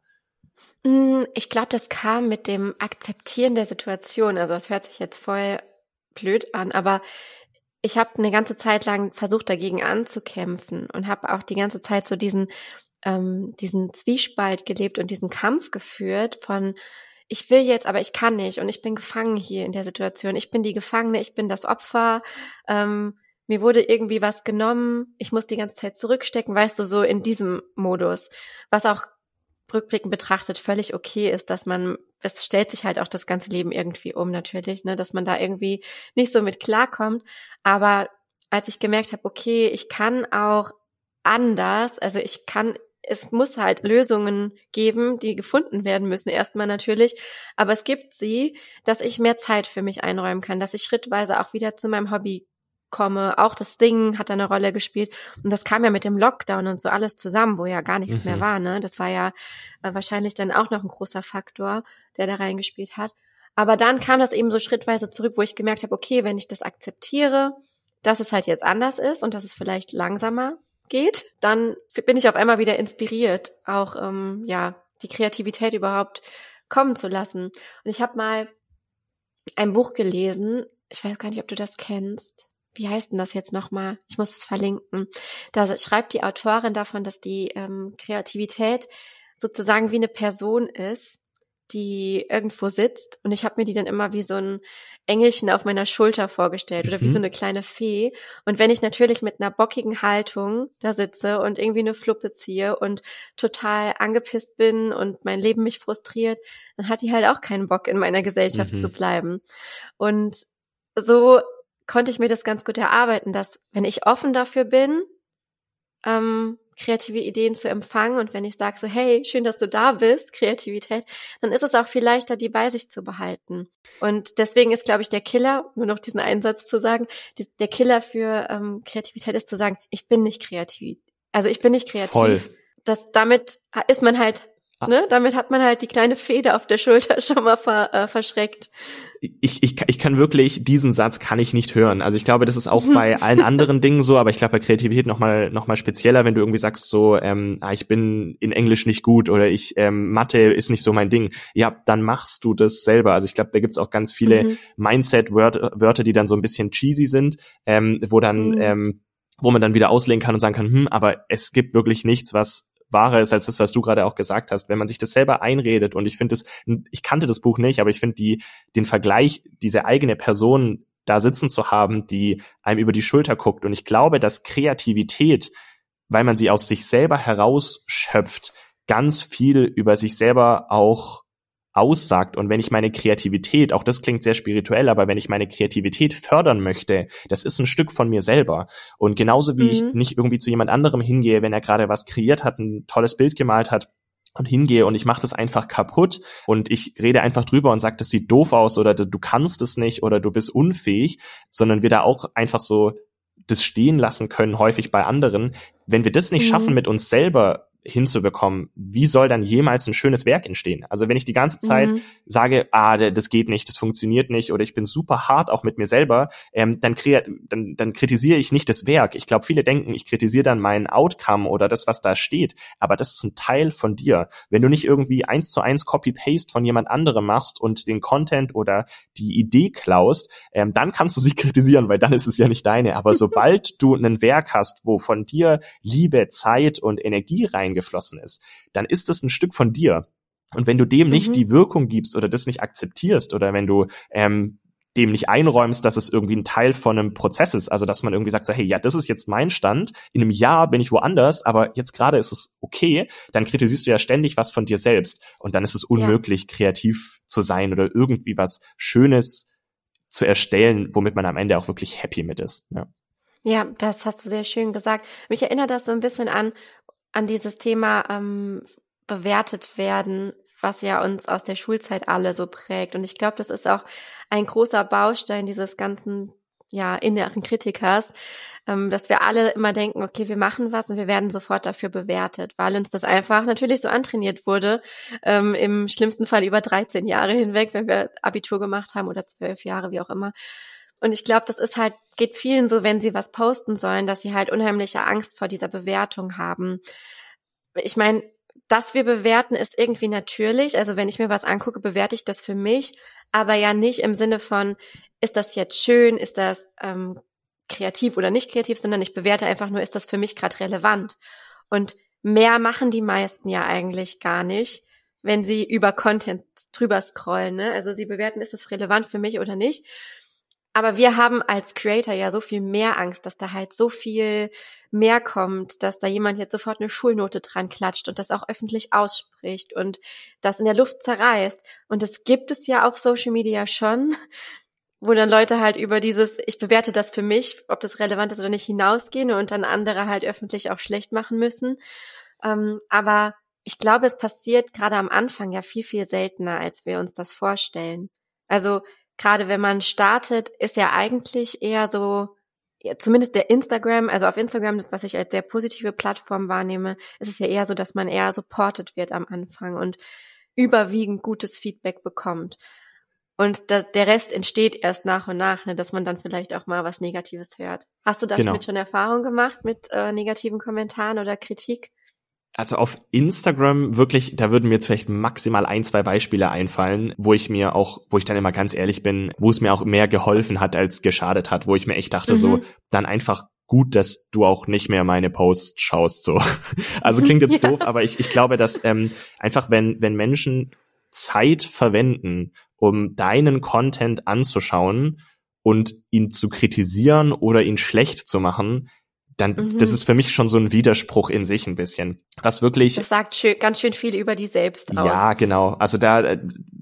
Ich glaube, das kam mit dem Akzeptieren der Situation. Also es hört sich jetzt voll blöd an, aber ich habe eine ganze Zeit lang versucht, dagegen anzukämpfen und habe auch die ganze Zeit so diesen ähm, diesen Zwiespalt gelebt und diesen Kampf geführt von ich will jetzt, aber ich kann nicht und ich bin gefangen hier in der Situation. Ich bin die Gefangene, ich bin das Opfer. Ähm, Mir wurde irgendwie was genommen, ich muss die ganze Zeit zurückstecken, weißt du, so in diesem Modus. Was auch rückblickend betrachtet völlig okay ist, dass man, es stellt sich halt auch das ganze Leben irgendwie um natürlich, ne, dass man da irgendwie nicht so mit klarkommt. Aber als ich gemerkt habe, okay, ich kann auch anders, also ich kann, es muss halt Lösungen geben, die gefunden werden müssen, erstmal natürlich, aber es gibt sie, dass ich mehr Zeit für mich einräumen kann, dass ich schrittweise auch wieder zu meinem Hobby komme. Auch das Ding hat da eine Rolle gespielt. Und das kam ja mit dem Lockdown und so alles zusammen, wo ja gar nichts mhm. mehr war, ne? Das war ja äh, wahrscheinlich dann auch noch ein großer Faktor, der da reingespielt hat. Aber dann kam das eben so schrittweise zurück, wo ich gemerkt habe, okay, wenn ich das akzeptiere, dass es halt jetzt anders ist und dass es vielleicht langsamer geht, dann bin ich auf einmal wieder inspiriert, auch ähm, ja die Kreativität überhaupt kommen zu lassen. Und ich habe mal ein Buch gelesen. Ich weiß gar nicht, ob du das kennst. Wie heißt denn das jetzt nochmal? Ich muss es verlinken. Da schreibt die Autorin davon, dass die ähm, Kreativität sozusagen wie eine Person ist, die irgendwo sitzt. Und ich habe mir die dann immer wie so ein Engelchen auf meiner Schulter vorgestellt oder wie so Mhm. eine kleine Fee. Und wenn ich natürlich mit einer bockigen Haltung da sitze und irgendwie eine Fluppe ziehe und total angepisst bin und mein Leben mich frustriert, dann hat die halt auch keinen Bock, in meiner Gesellschaft zu Mhm. bleiben. Und so konnte ich mir das ganz gut erarbeiten, dass wenn ich offen dafür bin, ähm, kreative Ideen zu empfangen und wenn ich sage so, hey, schön, dass du da bist, Kreativität, dann ist es auch viel leichter, die bei sich zu behalten. Und deswegen ist, glaube ich, der Killer, nur noch diesen Einsatz zu sagen, die, der Killer für ähm, Kreativität ist zu sagen, ich bin nicht kreativ. Also ich bin nicht Voll. kreativ. Das, damit ist man halt, Ah. ne, damit hat man halt die kleine Feder auf der Schulter schon mal ver, äh, verschreckt. Ich, ich, ich kann wirklich, diesen Satz kann ich nicht hören. Also ich glaube, das ist auch bei allen anderen Dingen so, aber ich glaube bei Kreativität nochmal noch mal spezieller, wenn du irgendwie sagst so, ähm, ah, ich bin in Englisch nicht gut oder ich ähm, Mathe ist nicht so mein Ding. Ja, dann machst du das selber. Also ich glaube, da gibt's auch ganz viele Mhm. Mindset-Wörter, Wörter, die dann so ein bisschen cheesy sind, ähm, wo dann, Mhm. ähm, wo man dann wieder auslegen kann und sagen kann, hm, aber es gibt wirklich nichts, was wahrer ist als das, was du gerade auch gesagt hast, wenn man sich das selber einredet. Und ich finde das, ich kannte das Buch nicht, aber ich finde die den Vergleich, diese eigene Person da sitzen zu haben, die einem über die Schulter guckt. Und ich glaube, dass Kreativität, weil man sie aus sich selber herausschöpft, ganz viel über sich selber auch aussagt. Und wenn ich meine Kreativität, auch das klingt sehr spirituell, aber wenn ich meine Kreativität fördern möchte, das ist ein Stück von mir selber. Und genauso wie ich Mhm. nicht irgendwie zu jemand anderem hingehe, wenn er gerade was kreiert hat, ein tolles Bild gemalt hat, und hingehe und ich mache das einfach kaputt und ich rede einfach drüber und sage, das sieht doof aus oder du kannst es nicht oder du bist unfähig, sondern wir da auch einfach so das stehen lassen können, häufig bei anderen. Wenn wir das nicht Mhm. schaffen, mit uns selber hinzubekommen, wie soll dann jemals ein schönes Werk entstehen? Also wenn ich die ganze Zeit Mhm. sage, ah, das geht nicht, das funktioniert nicht oder ich bin super hart auch mit mir selber, ähm, dann, kre- dann, dann kritisiere ich nicht das Werk. Ich glaube, viele denken, ich kritisiere dann meinen Outcome oder das, was da steht, aber das ist ein Teil von dir. Wenn du nicht irgendwie eins zu eins Copy-Paste von jemand anderem machst und den Content oder die Idee klaust, ähm, dann kannst du sie kritisieren, weil dann ist es ja nicht deine. Aber sobald du ein Werk hast, wo von dir Liebe, Zeit und Energie reingeflossen ist, dann ist es ein Stück von dir. Und wenn du dem nicht Mhm. die Wirkung gibst oder das nicht akzeptierst oder wenn du ähm, dem nicht einräumst, dass es irgendwie ein Teil von einem Prozess ist, also dass man irgendwie sagt so, hey, ja, das ist jetzt mein Stand, in einem Jahr bin ich woanders, aber jetzt gerade ist es okay, dann kritisierst du ja ständig was von dir selbst und dann ist es unmöglich, kreativ zu sein oder irgendwie was Schönes zu erstellen, womit man am Ende auch wirklich happy mit ist. Ja. Ja, das hast du sehr schön gesagt. Mich erinnert das so ein bisschen an, an dieses Thema ähm, bewertet werden, was ja uns aus der Schulzeit alle so prägt. Und ich glaube, das ist auch ein großer Baustein dieses ganzen ja inneren Kritikers, ähm, dass wir alle immer denken, okay, wir machen was und wir werden sofort dafür bewertet, weil uns das einfach natürlich so antrainiert wurde, ähm, im schlimmsten Fall über dreizehn Jahre hinweg, wenn wir Abitur gemacht haben oder zwölf Jahre, wie auch immer. Und ich glaube, das ist halt, geht vielen so, wenn sie was posten sollen, dass sie halt unheimliche Angst vor dieser Bewertung haben. Ich meine, dass wir bewerten, ist irgendwie natürlich. Also wenn ich mir was angucke, bewerte ich das für mich, aber ja nicht im Sinne von, ist das jetzt schön, ist das ähm, kreativ oder nicht kreativ, sondern ich bewerte einfach nur, ist das für mich gerade relevant. Und mehr machen die meisten ja eigentlich gar nicht, wenn sie über Content drüber scrollen. Ne? Also sie bewerten, ist das relevant für mich oder nicht. Aber wir haben als Creator ja so viel mehr Angst, dass da halt so viel mehr kommt, dass da jemand jetzt sofort eine Schulnote dran klatscht und das auch öffentlich ausspricht und das in der Luft zerreißt. Und das gibt es ja auf Social Media schon, wo dann Leute halt über dieses, ich bewerte das für mich, ob das relevant ist oder nicht, hinausgehen und dann andere halt öffentlich auch schlecht machen müssen. Ähm, aber ich glaube, es passiert gerade am Anfang ja viel, viel seltener, als wir uns das vorstellen. Also gerade wenn man startet, ist ja eigentlich eher so, ja, zumindest der Instagram, also auf Instagram, was ich als sehr positive Plattform wahrnehme, ist es ja eher so, dass man eher supported wird am Anfang und überwiegend gutes Feedback bekommt. Und da, der Rest entsteht erst nach und nach, ne, dass man dann vielleicht auch mal was Negatives hört. Hast du damit Genau. schon Erfahrung gemacht mit äh, negativen Kommentaren oder Kritik? Also auf Instagram wirklich, da würden mir jetzt vielleicht maximal ein, zwei Beispiele einfallen, wo ich mir auch, wo ich dann immer ganz ehrlich bin, wo es mir auch mehr geholfen hat als geschadet hat, wo ich mir echt dachte, mhm. so, dann einfach gut, dass du auch nicht mehr meine Posts schaust, so. Also klingt jetzt ja. doof, aber ich, ich glaube, dass ähm, einfach, wenn, wenn Menschen Zeit verwenden, um deinen Content anzuschauen und ihn zu kritisieren oder ihn schlecht zu machen, dann, mhm. das ist für mich schon so ein Widerspruch in sich ein bisschen. Was wirklich. Das sagt schön, ganz schön viel über die selbst aus. Ja, genau. Also da, äh,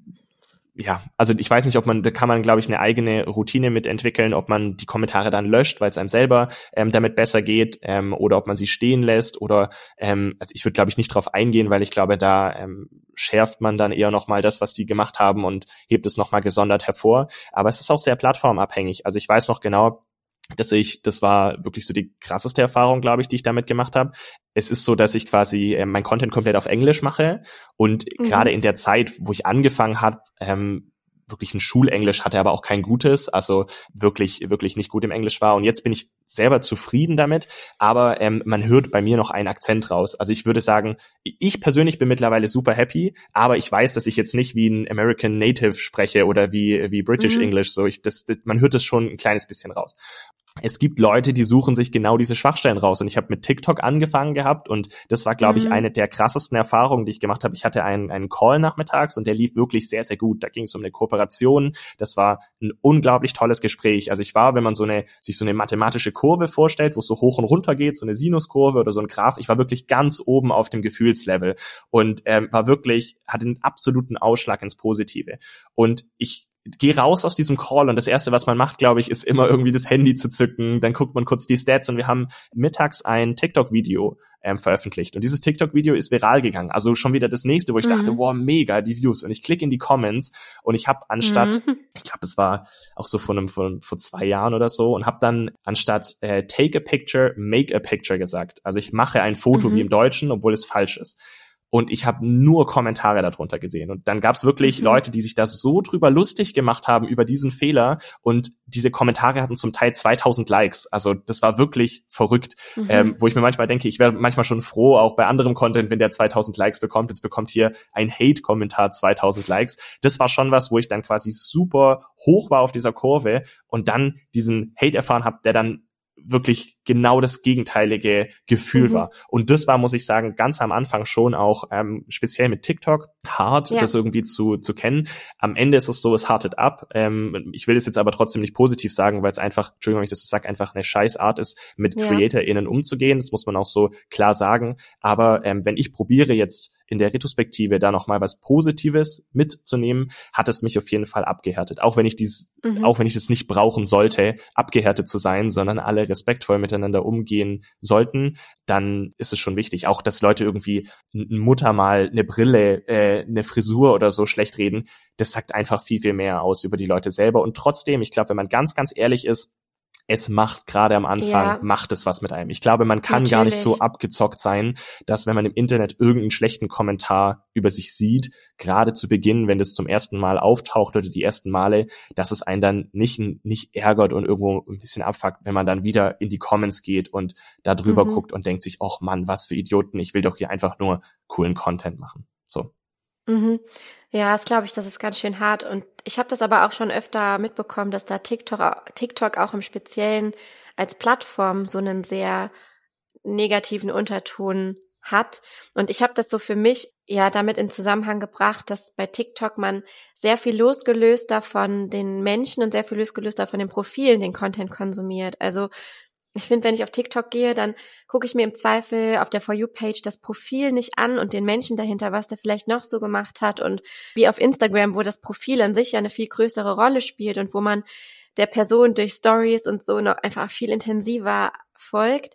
ja, also ich weiß nicht, ob man, da kann man, glaube ich, eine eigene Routine mitentwickeln, ob man die Kommentare dann löscht, weil es einem selber ähm, damit besser geht, ähm, oder ob man sie stehen lässt oder, ähm, also ich würde, glaube ich, nicht drauf eingehen, weil ich glaube, da ähm, schärft man dann eher nochmal das, was die gemacht haben und hebt es nochmal gesondert hervor. Aber es ist auch sehr plattformabhängig. Also ich weiß noch genau, dass ich, das war wirklich so die krasseste Erfahrung, glaube ich, die ich damit gemacht habe. Es ist so, dass ich quasi äh, mein Content komplett auf Englisch mache und mhm. gerade in der Zeit, wo ich angefangen habe, ähm, wirklich ein Schulenglisch hatte, aber auch kein gutes, also wirklich, wirklich nicht gut im Englisch war. Und jetzt bin ich selber zufrieden damit, aber ähm, man hört bei mir noch einen Akzent raus. Also ich würde sagen, ich persönlich bin mittlerweile super happy, aber ich weiß, dass ich jetzt nicht wie ein American Native spreche oder wie wie British mhm. English. So, ich, das, das, man hört das schon ein kleines bisschen raus. Es gibt Leute, die suchen sich genau diese Schwachstellen raus. Und ich habe mit TikTok angefangen gehabt und das war, glaube ich, mhm. eine der krassesten Erfahrungen, die ich gemacht habe. Ich hatte einen, einen Call nachmittags und der lief wirklich sehr, sehr gut. Da ging es um eine Kooperation. Das war ein unglaublich tolles Gespräch. Also ich war, wenn man so eine sich so eine mathematische Kurve vorstellt, wo es so hoch und runter geht, so eine Sinuskurve oder so ein Graph, ich war wirklich ganz oben auf dem Gefühlslevel und ähm, war wirklich, hatte einen absoluten Ausschlag ins Positive. Und ich geh raus aus diesem Call und das Erste, was man macht, glaube ich, ist immer irgendwie das Handy zu zücken. Dann guckt man kurz die Stats und wir haben mittags ein TikTok-Video ähm, veröffentlicht. Und dieses TikTok-Video ist viral gegangen. Also schon wieder das nächste, wo ich mhm. dachte, wow, mega, die Views. Und ich klicke in die Comments und ich habe anstatt, mhm. ich glaube, das war auch so vor, einem, vor, vor zwei Jahren oder so, und habe dann anstatt äh, take a picture, make a picture gesagt. Also ich mache ein Foto mhm. wie im Deutschen, obwohl es falsch ist. Und ich habe nur Kommentare darunter gesehen. Und dann gab es wirklich mhm. Leute, die sich da so drüber lustig gemacht haben über diesen Fehler. Und diese Kommentare hatten zum Teil zweitausend Likes. Also das war wirklich verrückt. Mhm. Ähm, wo ich mir manchmal denke, ich wäre manchmal schon froh, auch bei anderem Content, wenn der zweitausend Likes bekommt. Jetzt bekommt hier ein Hate-Kommentar zweitausend Likes. Das war schon was, wo ich dann quasi super hoch war auf dieser Kurve und dann diesen Hate erfahren habe, der dann wirklich genau das gegenteilige Gefühl mhm. war. Und das war, muss ich sagen, ganz am Anfang schon auch ähm, speziell mit TikTok hart, ja. das irgendwie zu zu kennen. Am Ende ist es so, es hartet ab. Ähm, ich will es jetzt aber trotzdem nicht positiv sagen, weil es einfach, Entschuldigung, wenn ich das so sage, einfach eine Scheißart ist, mit ja. CreatorInnen umzugehen. Das muss man auch so klar sagen. Aber ähm, wenn ich probiere jetzt in der Retrospektive da nochmal was Positives mitzunehmen, hat es mich auf jeden Fall abgehärtet. Auch wenn ich dies, mhm. auch wenn ich das nicht brauchen sollte, abgehärtet zu sein, sondern alle respektvoll miteinander umgehen sollten, dann ist es schon wichtig. Auch, dass Leute irgendwie ein Muttermal, eine Brille, äh, eine Frisur oder so schlecht reden, das sagt einfach viel, viel mehr aus über die Leute selber. Und trotzdem, ich glaube, wenn man ganz, ganz ehrlich ist, es macht gerade am Anfang, ja. macht es was mit einem. Ich glaube, man kann Natürlich. gar nicht so abgezockt sein, dass wenn man im Internet irgendeinen schlechten Kommentar über sich sieht, gerade zu Beginn, wenn das zum ersten Mal auftaucht oder die ersten Male, dass es einen dann nicht, nicht ärgert und irgendwo ein bisschen abfuckt, wenn man dann wieder in die Comments geht und da drüber mhm. guckt und denkt sich, ach Mann, was für Idioten, ich will doch hier einfach nur coolen Content machen. So. Mhm. Ja, das glaube ich, das ist ganz schön hart. Und ich habe das aber auch schon öfter mitbekommen, dass da TikTok, TikTok auch im Speziellen als Plattform so einen sehr negativen Unterton hat. Und ich habe das so für mich ja damit in Zusammenhang gebracht, dass bei TikTok man sehr viel losgelöster von den Menschen und sehr viel losgelöster von den Profilen den Content konsumiert. Also ich finde, wenn ich auf TikTok gehe, dann gucke ich mir im Zweifel auf der For You-Page das Profil nicht an und den Menschen dahinter, was der vielleicht noch so gemacht hat. Und wie auf Instagram, wo das Profil an sich ja eine viel größere Rolle spielt und wo man der Person durch Stories und so noch einfach viel intensiver folgt.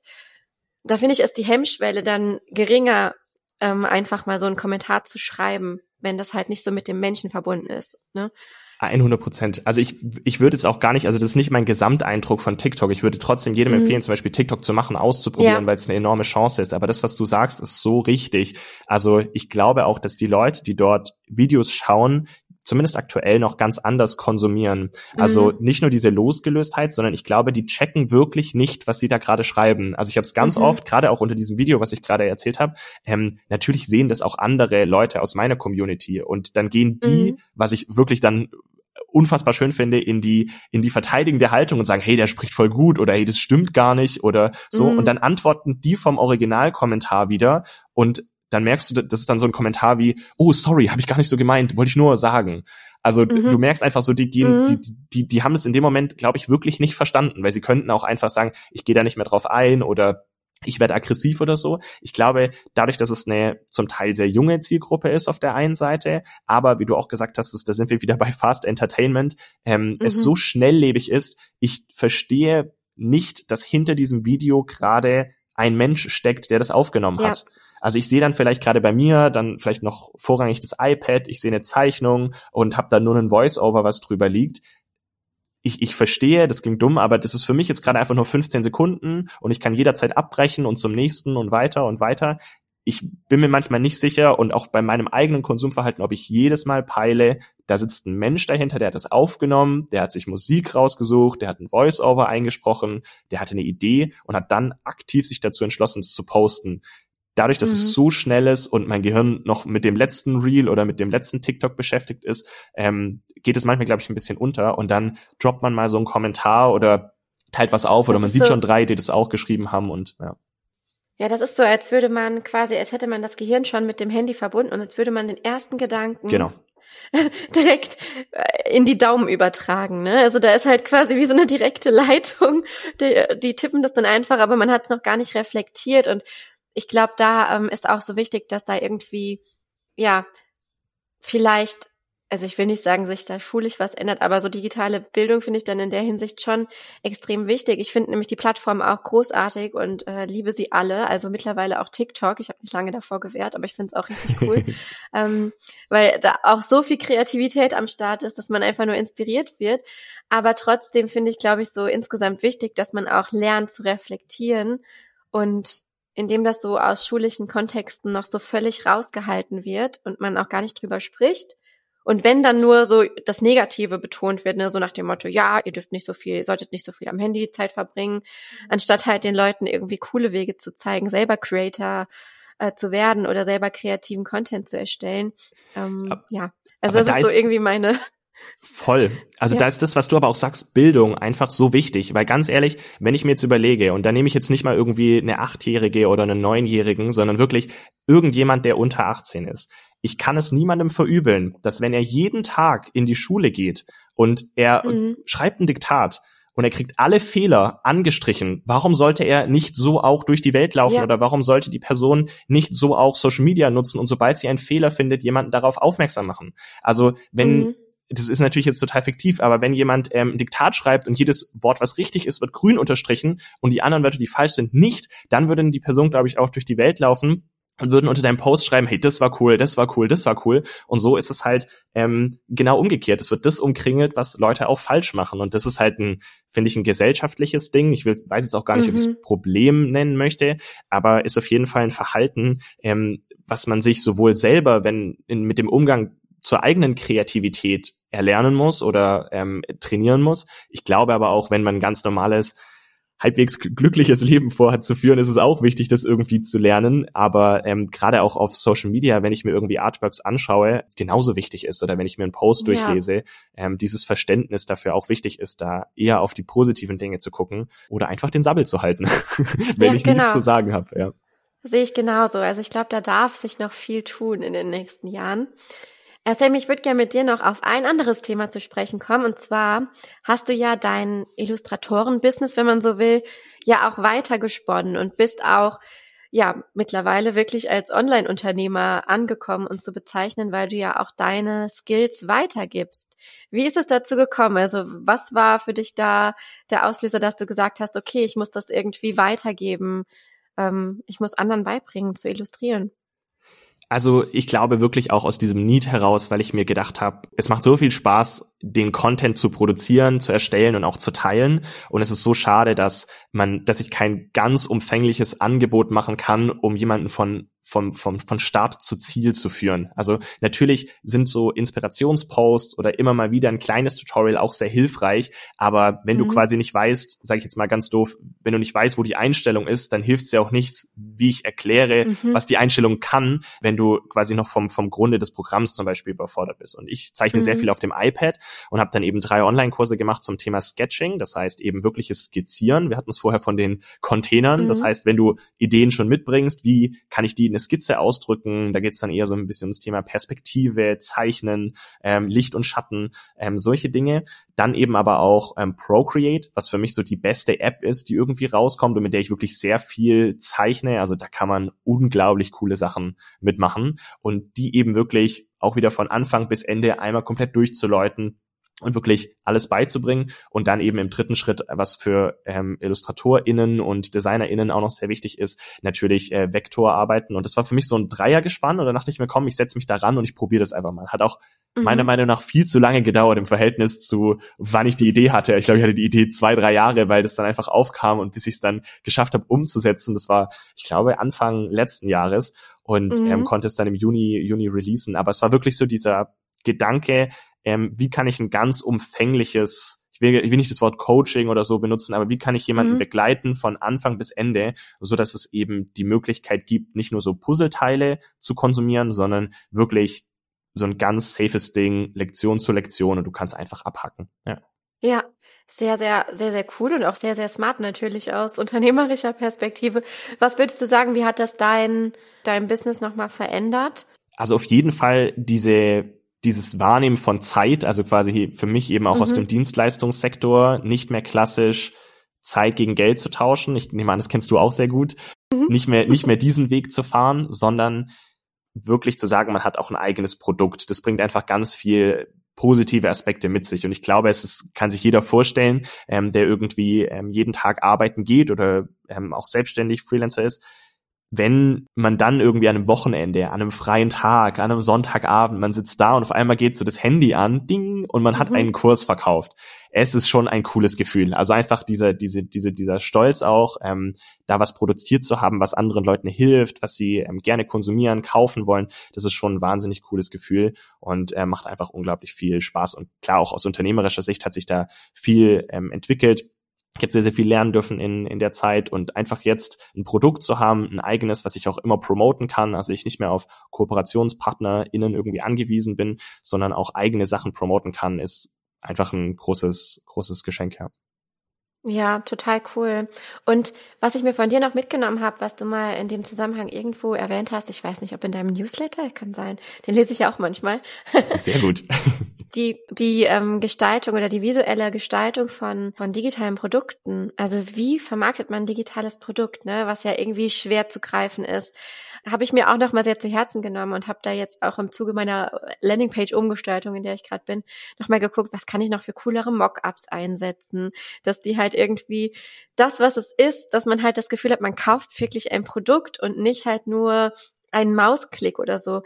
Da finde ich, ist die Hemmschwelle dann geringer, ähm, einfach mal so einen Kommentar zu schreiben, wenn das halt nicht so mit dem Menschen verbunden ist, ne? hundert Prozent. Also ich ich würde jetzt auch gar nicht, also das ist nicht mein Gesamteindruck von TikTok. Ich würde trotzdem jedem mhm. empfehlen, zum Beispiel TikTok zu machen, auszuprobieren, ja. weil es eine enorme Chance ist. Aber das, was du sagst, ist so richtig. Also ich glaube auch, dass die Leute, die dort Videos schauen, zumindest aktuell noch ganz anders konsumieren. Also mhm. nicht nur diese Losgelöstheit, sondern ich glaube, die checken wirklich nicht, was sie da gerade schreiben. Also ich habe es ganz mhm. oft, gerade auch unter diesem Video, was ich gerade erzählt habe, ähm, natürlich sehen das auch andere Leute aus meiner Community und dann gehen die, mhm. was ich wirklich dann unfassbar schön finde, in die in die verteidigende Haltung und sagen, hey, der spricht voll gut oder hey, das stimmt gar nicht oder so. Mhm. Und dann antworten die vom Originalkommentar wieder und dann merkst du, das ist dann so ein Kommentar wie, oh, sorry, habe ich gar nicht so gemeint, wollte ich nur sagen. Also mhm. du merkst einfach so, die gehen, mhm. die, die, die haben es in dem Moment, glaube ich, wirklich nicht verstanden, weil sie könnten auch einfach sagen, ich gehe da nicht mehr drauf ein oder ich werde aggressiv oder so. Ich glaube, dadurch, dass es eine zum Teil sehr junge Zielgruppe ist auf der einen Seite, aber wie du auch gesagt hast, da sind wir wieder bei Fast Entertainment, ähm, mhm. es so schnelllebig ist, ich verstehe nicht, dass hinter diesem Video gerade ein Mensch steckt, der das aufgenommen ja. hat. Also ich sehe dann vielleicht gerade bei mir dann vielleicht noch vorrangig das iPad, ich sehe eine Zeichnung und habe da nur einen Voice-Over, was drüber liegt. Ich, ich verstehe, das klingt dumm, aber das ist für mich jetzt gerade einfach nur fünfzehn Sekunden und ich kann jederzeit abbrechen und zum nächsten und weiter und weiter. Ich bin mir manchmal nicht sicher und auch bei meinem eigenen Konsumverhalten, ob ich jedes Mal peile, da sitzt ein Mensch dahinter, der hat das aufgenommen, der hat sich Musik rausgesucht, der hat ein Voice-Over eingesprochen, der hatte eine Idee und hat dann aktiv sich dazu entschlossen, es zu posten. Dadurch, dass mhm. es so schnell ist und mein Gehirn noch mit dem letzten Reel oder mit dem letzten TikTok beschäftigt ist, ähm, geht es manchmal, glaube ich, ein bisschen unter und dann droppt man mal so einen Kommentar oder teilt was auf das oder man sieht so schon drei, die das auch geschrieben haben und ja. Ja, das ist so, als würde man quasi, als hätte man das Gehirn schon mit dem Handy verbunden und als würde man den ersten Gedanken genau. direkt in die Daumen übertragen, ne? Also da ist halt quasi wie so eine direkte Leitung, die, die tippen das dann einfach, aber man hat es noch gar nicht reflektiert und ich glaube, da ähm, ist auch so wichtig, dass da irgendwie, ja, vielleicht, also ich will nicht sagen, sich da schulisch was ändert, aber so digitale Bildung finde ich dann in der Hinsicht schon extrem wichtig. Ich finde nämlich die Plattform auch großartig und äh, liebe sie alle, also mittlerweile auch TikTok. Ich habe mich lange davor gewehrt, aber ich finde es auch richtig cool, ähm, weil da auch so viel Kreativität am Start ist, dass man einfach nur inspiriert wird. Aber trotzdem finde ich, glaube ich, so insgesamt wichtig, dass man auch lernt zu reflektieren und indem das so aus schulischen Kontexten noch so völlig rausgehalten wird und man auch gar nicht drüber spricht. Und wenn dann nur so das Negative betont wird, ne, so nach dem Motto, ja, ihr dürft nicht so viel, ihr solltet nicht so viel am Handy Zeit verbringen, anstatt halt den Leuten irgendwie coole Wege zu zeigen, selber Creator äh, zu werden oder selber kreativen Content zu erstellen. Ähm, aber, ja, also das da ist so irgendwie meine... Voll. Also ja. Da ist das, was du aber auch sagst, Bildung einfach so wichtig, weil ganz ehrlich, wenn ich mir jetzt überlege, und da nehme ich jetzt nicht mal irgendwie eine Achtjährige oder einen Neunjährigen, sondern wirklich irgendjemand, der unter achtzehn ist. Ich kann es niemandem verübeln, dass wenn er jeden Tag in die Schule geht und er mhm. schreibt ein Diktat und er kriegt alle Fehler angestrichen, warum sollte er nicht so auch durch die Welt laufen ja. oder warum sollte die Person nicht so auch Social Media nutzen und sobald sie einen Fehler findet, jemanden darauf aufmerksam machen? Also wenn mhm. das ist natürlich jetzt total fiktiv, aber wenn jemand ähm, ein Diktat schreibt und jedes Wort, was richtig ist, wird grün unterstrichen und die anderen Wörter, die falsch sind, nicht, dann würde die Person, glaube ich, auch durch die Welt laufen und würden unter deinem Post schreiben, hey, das war cool, das war cool, das war cool. Und so ist es halt ähm, genau umgekehrt. Es wird das umkringelt, was Leute auch falsch machen. Und das ist halt ein, finde ich, ein gesellschaftliches Ding. Ich will, weiß jetzt auch gar nicht, mhm. ob ich es Problem nennen möchte, aber ist auf jeden Fall ein Verhalten, ähm, was man sich sowohl selber, wenn in, mit dem Umgang zur eigenen Kreativität erlernen muss oder ähm, trainieren muss. Ich glaube aber auch, wenn man ein ganz normales, halbwegs glückliches Leben vorhat zu führen, ist es auch wichtig, das irgendwie zu lernen. Aber ähm, gerade auch auf Social Media, wenn ich mir irgendwie Artworks anschaue, genauso wichtig ist oder wenn ich mir einen Post ja. durchlese, ähm, dieses Verständnis dafür auch wichtig ist, da eher auf die positiven Dinge zu gucken oder einfach den Sabbel zu halten, wenn ja, ich genau. nichts zu sagen habe. Ja. Sehe ich genauso. Also ich glaube, da darf sich noch viel tun in den nächsten Jahren. Sam, ich würde gerne mit dir noch auf ein anderes Thema zu sprechen kommen. Und zwar hast du ja dein Illustratoren-Business, wenn man so will, ja auch weitergesponnen und bist auch ja mittlerweile wirklich als Online-Unternehmer angekommen und zu bezeichnen, weil du ja auch deine Skills weitergibst. Wie ist es dazu gekommen? Also was war für dich da der Auslöser, dass du gesagt hast, okay, ich muss das irgendwie weitergeben, ähm, ich muss anderen beibringen zu illustrieren? Also ich glaube wirklich auch aus diesem Need heraus, weil ich mir gedacht habe, es macht so viel Spaß, den Content zu produzieren, zu erstellen und auch zu teilen. Und es ist so schade, dass man, dass ich kein ganz umfängliches Angebot machen kann, um jemanden von vom, vom, von Start zu Ziel zu führen. Also natürlich sind so Inspirationsposts oder immer mal wieder ein kleines Tutorial auch sehr hilfreich, aber wenn mhm. du quasi nicht weißt, sage ich jetzt mal ganz doof, wenn du nicht weißt, wo die Einstellung ist, dann hilft es ja auch nichts, wie ich erkläre, mhm. was die Einstellung kann, wenn du quasi noch vom, vom Grunde des Programms zum Beispiel überfordert bist. Und ich zeichne mhm. sehr viel auf dem iPad und habe dann eben drei Online-Kurse gemacht zum Thema Sketching, das heißt eben wirkliches Skizzieren. Wir hatten es vorher von den Containern, mhm. das heißt, wenn du Ideen schon mitbringst, wie kann ich die in eine Skizze ausdrücken, da geht es dann eher so ein bisschen ums Thema Perspektive, Zeichnen, ähm, Licht und Schatten, ähm, solche Dinge. Dann eben aber auch ähm, Procreate, was für mich so die beste App ist, die irgendwie rauskommt und mit der ich wirklich sehr viel zeichne. Also da kann man unglaublich coole Sachen mitmachen und die eben wirklich auch wieder von Anfang bis Ende einmal komplett durchzuläuten und wirklich alles beizubringen und dann eben im dritten Schritt, was für ähm, IllustratorInnen und DesignerInnen auch noch sehr wichtig ist, natürlich äh, Vektorarbeiten. Und das war für mich so ein Dreiergespann und dann dachte ich mir, komm, ich setze mich da ran und ich probiere das einfach mal. Hat auch mhm. meiner Meinung nach viel zu lange gedauert im Verhältnis zu, wann ich die Idee hatte. Ich glaube, ich hatte die Idee zwei, drei Jahre, weil das dann einfach aufkam und bis ich es dann geschafft habe umzusetzen, das war, ich glaube, Anfang letzten Jahres und mhm. ähm, konnte es dann im Juni, Juni releasen. Aber es war wirklich so dieser Gedanke, ähm, wie kann ich ein ganz umfängliches, ich will, ich will nicht das Wort Coaching oder so benutzen, aber wie kann ich jemanden mhm. begleiten von Anfang bis Ende, so dass es eben die Möglichkeit gibt, nicht nur so Puzzleteile zu konsumieren, sondern wirklich so ein ganz safes Ding, Lektion zu Lektion und du kannst einfach abhacken. Ja. Ja, sehr, sehr, sehr, sehr cool und auch sehr, sehr smart natürlich aus unternehmerischer Perspektive. Was würdest du sagen, wie hat das dein, dein Business nochmal verändert? Also auf jeden Fall diese dieses Wahrnehmen von Zeit, also quasi für mich eben auch mhm. aus dem Dienstleistungssektor, nicht mehr klassisch Zeit gegen Geld zu tauschen. Ich nehme an, das kennst du auch sehr gut. Mhm. Nicht mehr, nicht mehr diesen Weg zu fahren, sondern wirklich zu sagen, man hat auch ein eigenes Produkt. Das bringt einfach ganz viel positive Aspekte mit sich. Und ich glaube, es ist, kann sich jeder vorstellen, ähm, der irgendwie ähm, jeden Tag arbeiten geht oder ähm, auch selbstständig Freelancer ist. Wenn man dann irgendwie an einem Wochenende, an einem freien Tag, an einem Sonntagabend, man sitzt da und auf einmal geht so das Handy an, ding, und man hat mhm. einen Kurs verkauft. Es ist schon ein cooles Gefühl. Also einfach dieser, diese, diese, dieser Stolz auch, ähm, da was produziert zu haben, was anderen Leuten hilft, was sie ähm, gerne konsumieren, kaufen wollen. Das ist schon ein wahnsinnig cooles Gefühl und äh, macht einfach unglaublich viel Spaß. Und klar, auch aus unternehmerischer Sicht hat sich da viel ähm, entwickelt. Ich habe sehr, sehr viel lernen dürfen in in der Zeit und einfach jetzt ein Produkt zu haben, ein eigenes, was ich auch immer promoten kann, also ich nicht mehr auf KooperationspartnerInnen irgendwie angewiesen bin, sondern auch eigene Sachen promoten kann, ist einfach ein großes, großes Geschenk, ja. Ja, total cool. Und was ich mir von dir noch mitgenommen habe, was du mal in dem Zusammenhang irgendwo erwähnt hast, ich weiß nicht, ob in deinem Newsletter, kann sein, den lese ich ja auch manchmal. Sehr gut. Die die ähm, Gestaltung oder die visuelle Gestaltung von von digitalen Produkten. Also wie vermarktet man ein digitales Produkt, ne, was ja irgendwie schwer zu greifen ist, habe ich mir auch noch mal sehr zu Herzen genommen und habe da jetzt auch im Zuge meiner Landingpage-Umgestaltung, in der ich gerade bin, noch mal geguckt, was kann ich noch für coolere Mockups einsetzen, dass die halt irgendwie das, was es ist, dass man halt das Gefühl hat, man kauft wirklich ein Produkt und nicht halt nur einen Mausklick oder so.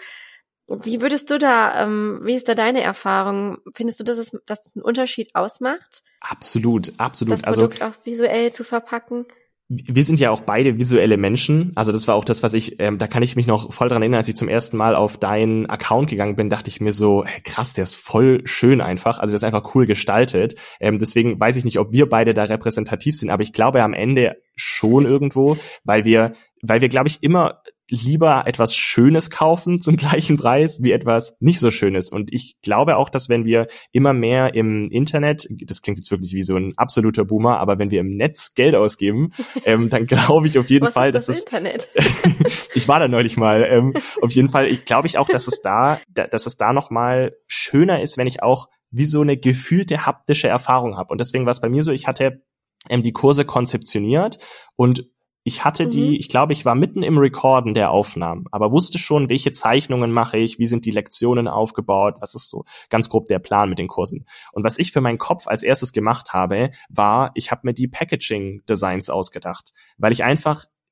Wie würdest du da, ähm, wie ist da deine Erfahrung? Findest du, dass es, dass es einen Unterschied ausmacht? Absolut, absolut. Das Produkt also, auch visuell zu verpacken? Wir sind ja auch beide visuelle Menschen. Also das war auch das, was ich, ähm, da kann ich mich noch voll dran erinnern, als ich zum ersten Mal auf deinen Account gegangen bin, dachte ich mir so, hey, krass, der ist voll schön einfach. Also der ist einfach cool gestaltet. Ähm, deswegen weiß ich nicht, ob wir beide da repräsentativ sind, aber ich glaube am Ende schon irgendwo, weil wir, weil wir, glaube ich, immer lieber etwas Schönes kaufen zum gleichen Preis wie etwas nicht so Schönes. Und ich glaube auch, dass wenn wir immer mehr im Internet, das klingt jetzt wirklich wie so ein absoluter Boomer, aber wenn wir im Netz Geld ausgeben, ähm, dann glaube ich auf jeden Was Fall, ist das dass Internet? es ich war da neulich mal. Ähm, auf jeden Fall, ich glaube ich auch, dass es da, dass es da noch mal schöner ist, wenn ich auch wie so eine gefühlte haptische Erfahrung habe. Und deswegen war es bei mir so, ich hatte ähm, die Kurse konzeptioniert und ich hatte die, mhm. ich glaube, ich war mitten im Recorden der Aufnahmen, aber wusste schon, welche Zeichnungen mache ich, wie sind die Lektionen aufgebaut, was ist so ganz grob der Plan mit den Kursen. Und was ich für meinen Kopf als erstes gemacht habe, war, ich habe mir die Packaging-Designs ausgedacht, weil ich einfach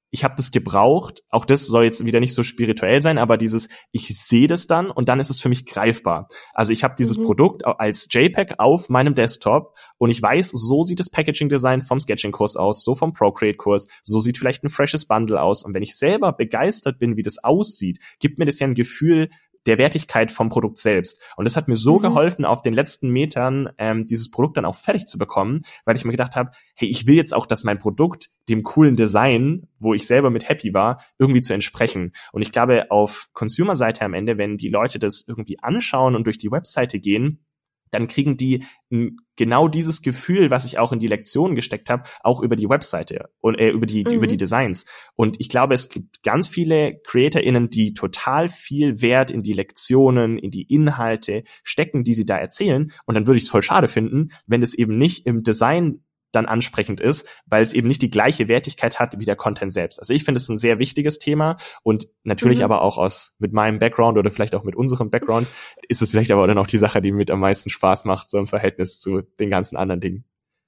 ich habe das gebraucht, auch das soll jetzt wieder nicht so spirituell sein, aber dieses, ich sehe das dann und dann ist es für mich greifbar. Also ich habe dieses mhm. Produkt als JPEG auf meinem Desktop und ich weiß, so sieht das Packaging-Design vom Sketching-Kurs aus, so vom Procreate-Kurs, so sieht vielleicht ein freshes Bundle aus. Und wenn ich selber begeistert bin, wie das aussieht, gibt mir das ja ein Gefühl der Wertigkeit vom Produkt selbst. Und das hat mir so mhm. geholfen, auf den letzten Metern ähm, dieses Produkt dann auch fertig zu bekommen, weil ich mir gedacht habe, hey, ich will jetzt auch, dass mein Produkt dem coolen Design, wo ich selber mit happy war, irgendwie zu entsprechen. Und ich glaube, auf Consumer-Seite am Ende, wenn die Leute das irgendwie anschauen und durch die Webseite gehen, dann kriegen die m, genau dieses Gefühl, was ich auch in die Lektionen gesteckt habe, auch über die Webseite und äh, über die, mhm. über die Designs. Und ich glaube, es gibt ganz viele CreatorInnen, die total viel Wert in die Lektionen, in die Inhalte stecken, die sie da erzählen. Und dann würde ich es voll schade finden, wenn es eben nicht im Design dann ansprechend ist, weil es eben nicht die gleiche Wertigkeit hat wie der Content selbst. Also ich finde es ein sehr wichtiges Thema und natürlich mhm. aber auch aus mit meinem Background oder vielleicht auch mit unserem Background ist es vielleicht aber dann auch die Sache, die mir mit am meisten Spaß macht, so im Verhältnis zu den ganzen anderen Dingen.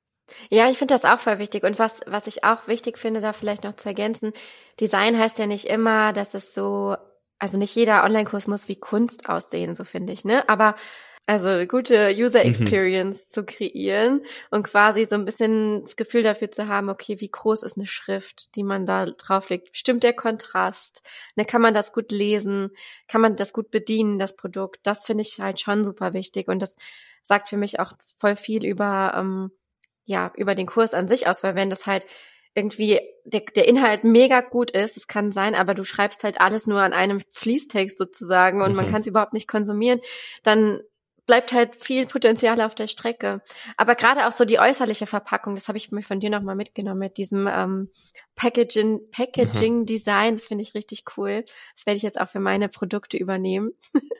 Ja, ich finde das auch voll wichtig. Und was was ich auch wichtig finde, da vielleicht noch zu ergänzen, Design heißt ja nicht immer, dass es so, also nicht jeder Online-Kurs muss wie Kunst aussehen, so finde ich, ne? Aber also eine gute User Experience mhm. zu kreieren und quasi so ein bisschen Gefühl dafür zu haben, okay, wie groß ist eine Schrift, die man da drauflegt? Stimmt der Kontrast? Ne, kann man das gut lesen? Kann man das gut bedienen, das Produkt? Das finde ich halt schon super wichtig und das sagt für mich auch voll viel über, ähm, ja, über den Kurs an sich aus, weil wenn das halt irgendwie der, der Inhalt mega gut ist, es kann sein, aber du schreibst halt alles nur an einem Fließtext sozusagen und mhm. man kann es überhaupt nicht konsumieren, dann bleibt halt viel Potenzial auf der Strecke. Aber gerade auch so die äußerliche Verpackung, das habe ich mir von dir nochmal mitgenommen mit diesem ähm, Packaging, Packaging Design, das finde ich richtig cool. Das werde ich jetzt auch für meine Produkte übernehmen.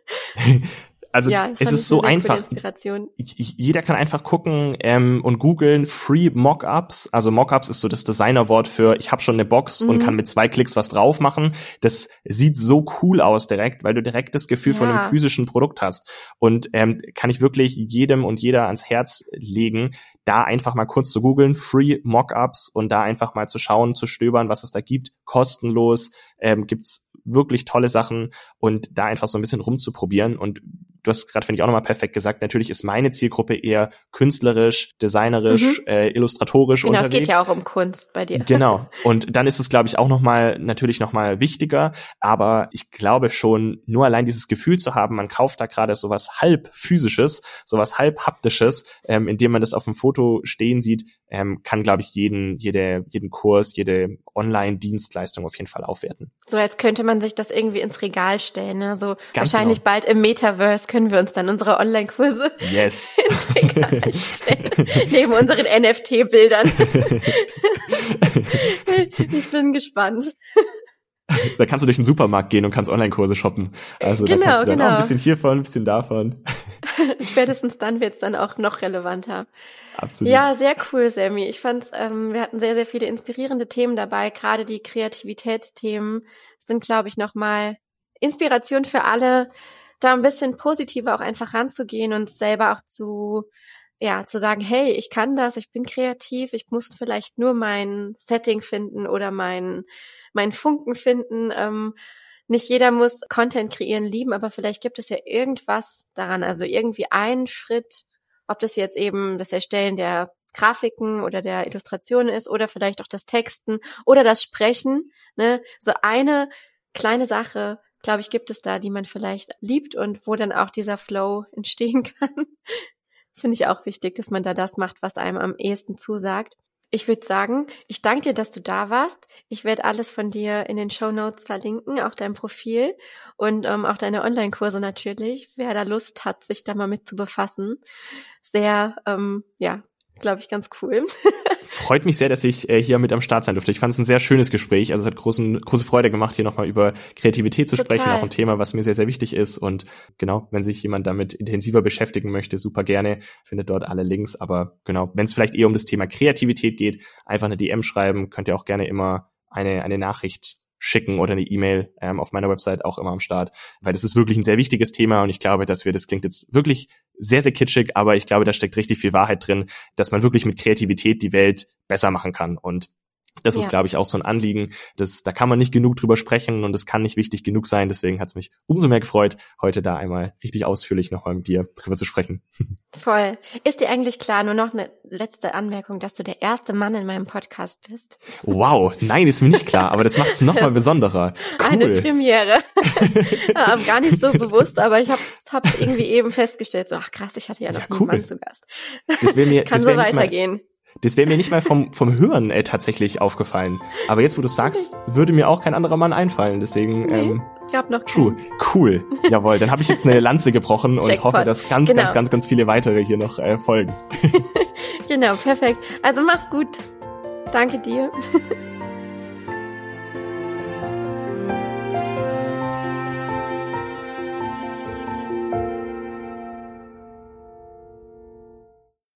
Also ja, es ist so einfach. Jeder kann einfach gucken ähm, und googeln Free Mockups. Also Mockups ist so das Designerwort für ich habe schon eine Box mhm. und kann mit zwei Klicks was drauf machen. Das sieht so cool aus direkt, weil du direkt das Gefühl ja. von einem physischen Produkt hast. Und ähm, kann ich wirklich jedem und jeder ans Herz legen, da einfach mal kurz zu googeln, Free Mockups und da einfach mal zu schauen, zu stöbern, was es da gibt. Kostenlos ähm, gibt's wirklich tolle Sachen und da einfach so ein bisschen rumzuprobieren. Und du hast gerade, finde ich, auch nochmal perfekt gesagt, natürlich ist meine Zielgruppe eher künstlerisch, designerisch, mhm. äh, illustratorisch genau, unterwegs. Genau, es geht ja auch um Kunst bei dir. Genau. Und dann ist es, glaube ich, auch nochmal, natürlich nochmal wichtiger. Aber ich glaube schon, nur allein dieses Gefühl zu haben, man kauft da gerade sowas halb physisches, sowas halb haptisches, ähm, indem man das auf dem Foto stehen sieht, ähm, kann, glaube ich, jeden, jede, jeden Kurs, jede Online-Dienstleistung auf jeden Fall aufwerten. So als könnte man sich das irgendwie ins Regal stellen, ne? So Ganz wahrscheinlich genau. bald im Metaverse können wir uns dann unsere Online-Kurse yes. ins Regal stellen. Neben unseren N F T-Bildern. Ich bin gespannt. Da kannst du durch den Supermarkt gehen und kannst Online-Kurse shoppen. Also genau, da kannst du dann genau. auch ein bisschen hiervon, ein bisschen davon. Spätestens dann wird's dann auch noch relevanter. Absolut. Ja, sehr cool, Sammy. Ich fand's, ähm, wir hatten sehr, sehr viele inspirierende Themen dabei. Gerade die Kreativitätsthemen sind, glaube ich, nochmal Inspiration für alle, da ein bisschen positiver auch einfach ranzugehen und selber auch zu, ja, zu sagen, hey, ich kann das, ich bin kreativ, ich muss vielleicht nur mein Setting finden oder mein, mein Funken finden. Ähm, nicht jeder muss Content kreieren lieben, aber vielleicht gibt es ja irgendwas daran, also irgendwie einen Schritt, ob das jetzt eben das Erstellen der Grafiken oder der Illustrationen ist oder vielleicht auch das Texten oder das Sprechen, ne, so eine kleine Sache, glaube ich, gibt es da, die man vielleicht liebt und wo dann auch dieser Flow entstehen kann. Das finde ich auch wichtig, dass man da das macht, was einem am ehesten zusagt. Ich würde sagen, ich danke dir, dass du da warst. Ich werde alles von dir in den Shownotes verlinken, auch dein Profil und ähm, auch deine Online-Kurse natürlich. Wer da Lust hat, sich da mal mit zu befassen. Sehr, ähm, ja, glaube ich, ganz cool. Freut mich sehr, dass ich äh, hier mit am Start sein durfte. Ich fand es ein sehr schönes Gespräch. Also es hat großen, große Freude gemacht, hier nochmal über Kreativität zu Total. sprechen. Auch ein Thema, was mir sehr, sehr wichtig ist. Und genau, wenn sich jemand damit intensiver beschäftigen möchte, super gerne. Findet dort alle Links. Aber genau, wenn es vielleicht eher um das Thema Kreativität geht, einfach eine D M schreiben. Könnt ihr auch gerne immer eine, eine Nachricht schicken oder eine E-Mail ähm, auf meiner Website auch immer am Start, weil das ist wirklich ein sehr wichtiges Thema und ich glaube, dass wir, das klingt jetzt wirklich sehr, sehr kitschig, aber ich glaube, da steckt richtig viel Wahrheit drin, dass man wirklich mit Kreativität die Welt besser machen kann und Das Ja. ist, glaube ich, auch so ein Anliegen, das, da kann man nicht genug drüber sprechen und es kann nicht wichtig genug sein. Deswegen hat es mich umso mehr gefreut, heute da einmal richtig ausführlich nochmal mit dir drüber zu sprechen. Voll. Ist dir eigentlich klar, nur noch eine letzte Anmerkung, dass du der erste Mann in meinem Podcast bist? Wow, nein, ist mir nicht klar, aber das macht es nochmal besonderer. Cool. Eine Premiere. Ja, gar nicht so bewusst, aber ich habe es irgendwie eben festgestellt, so, ach krass, ich hatte ja noch Ja, nie cool. einen Mann zu Gast. Das wär mir, Kann das so wär nicht mal- weitergehen. Das wäre mir nicht mal vom, vom Hören äh, tatsächlich aufgefallen. Aber jetzt, wo du sagst, würde mir auch kein anderer Mann einfallen. Deswegen, Nee, ähm, gab noch true, cool. Jawohl, dann habe ich jetzt eine Lanze gebrochen und Jackpot. hoffe, dass ganz, Genau. ganz, ganz, ganz viele weitere hier noch äh, folgen. Genau, perfekt. Also mach's gut. Danke dir.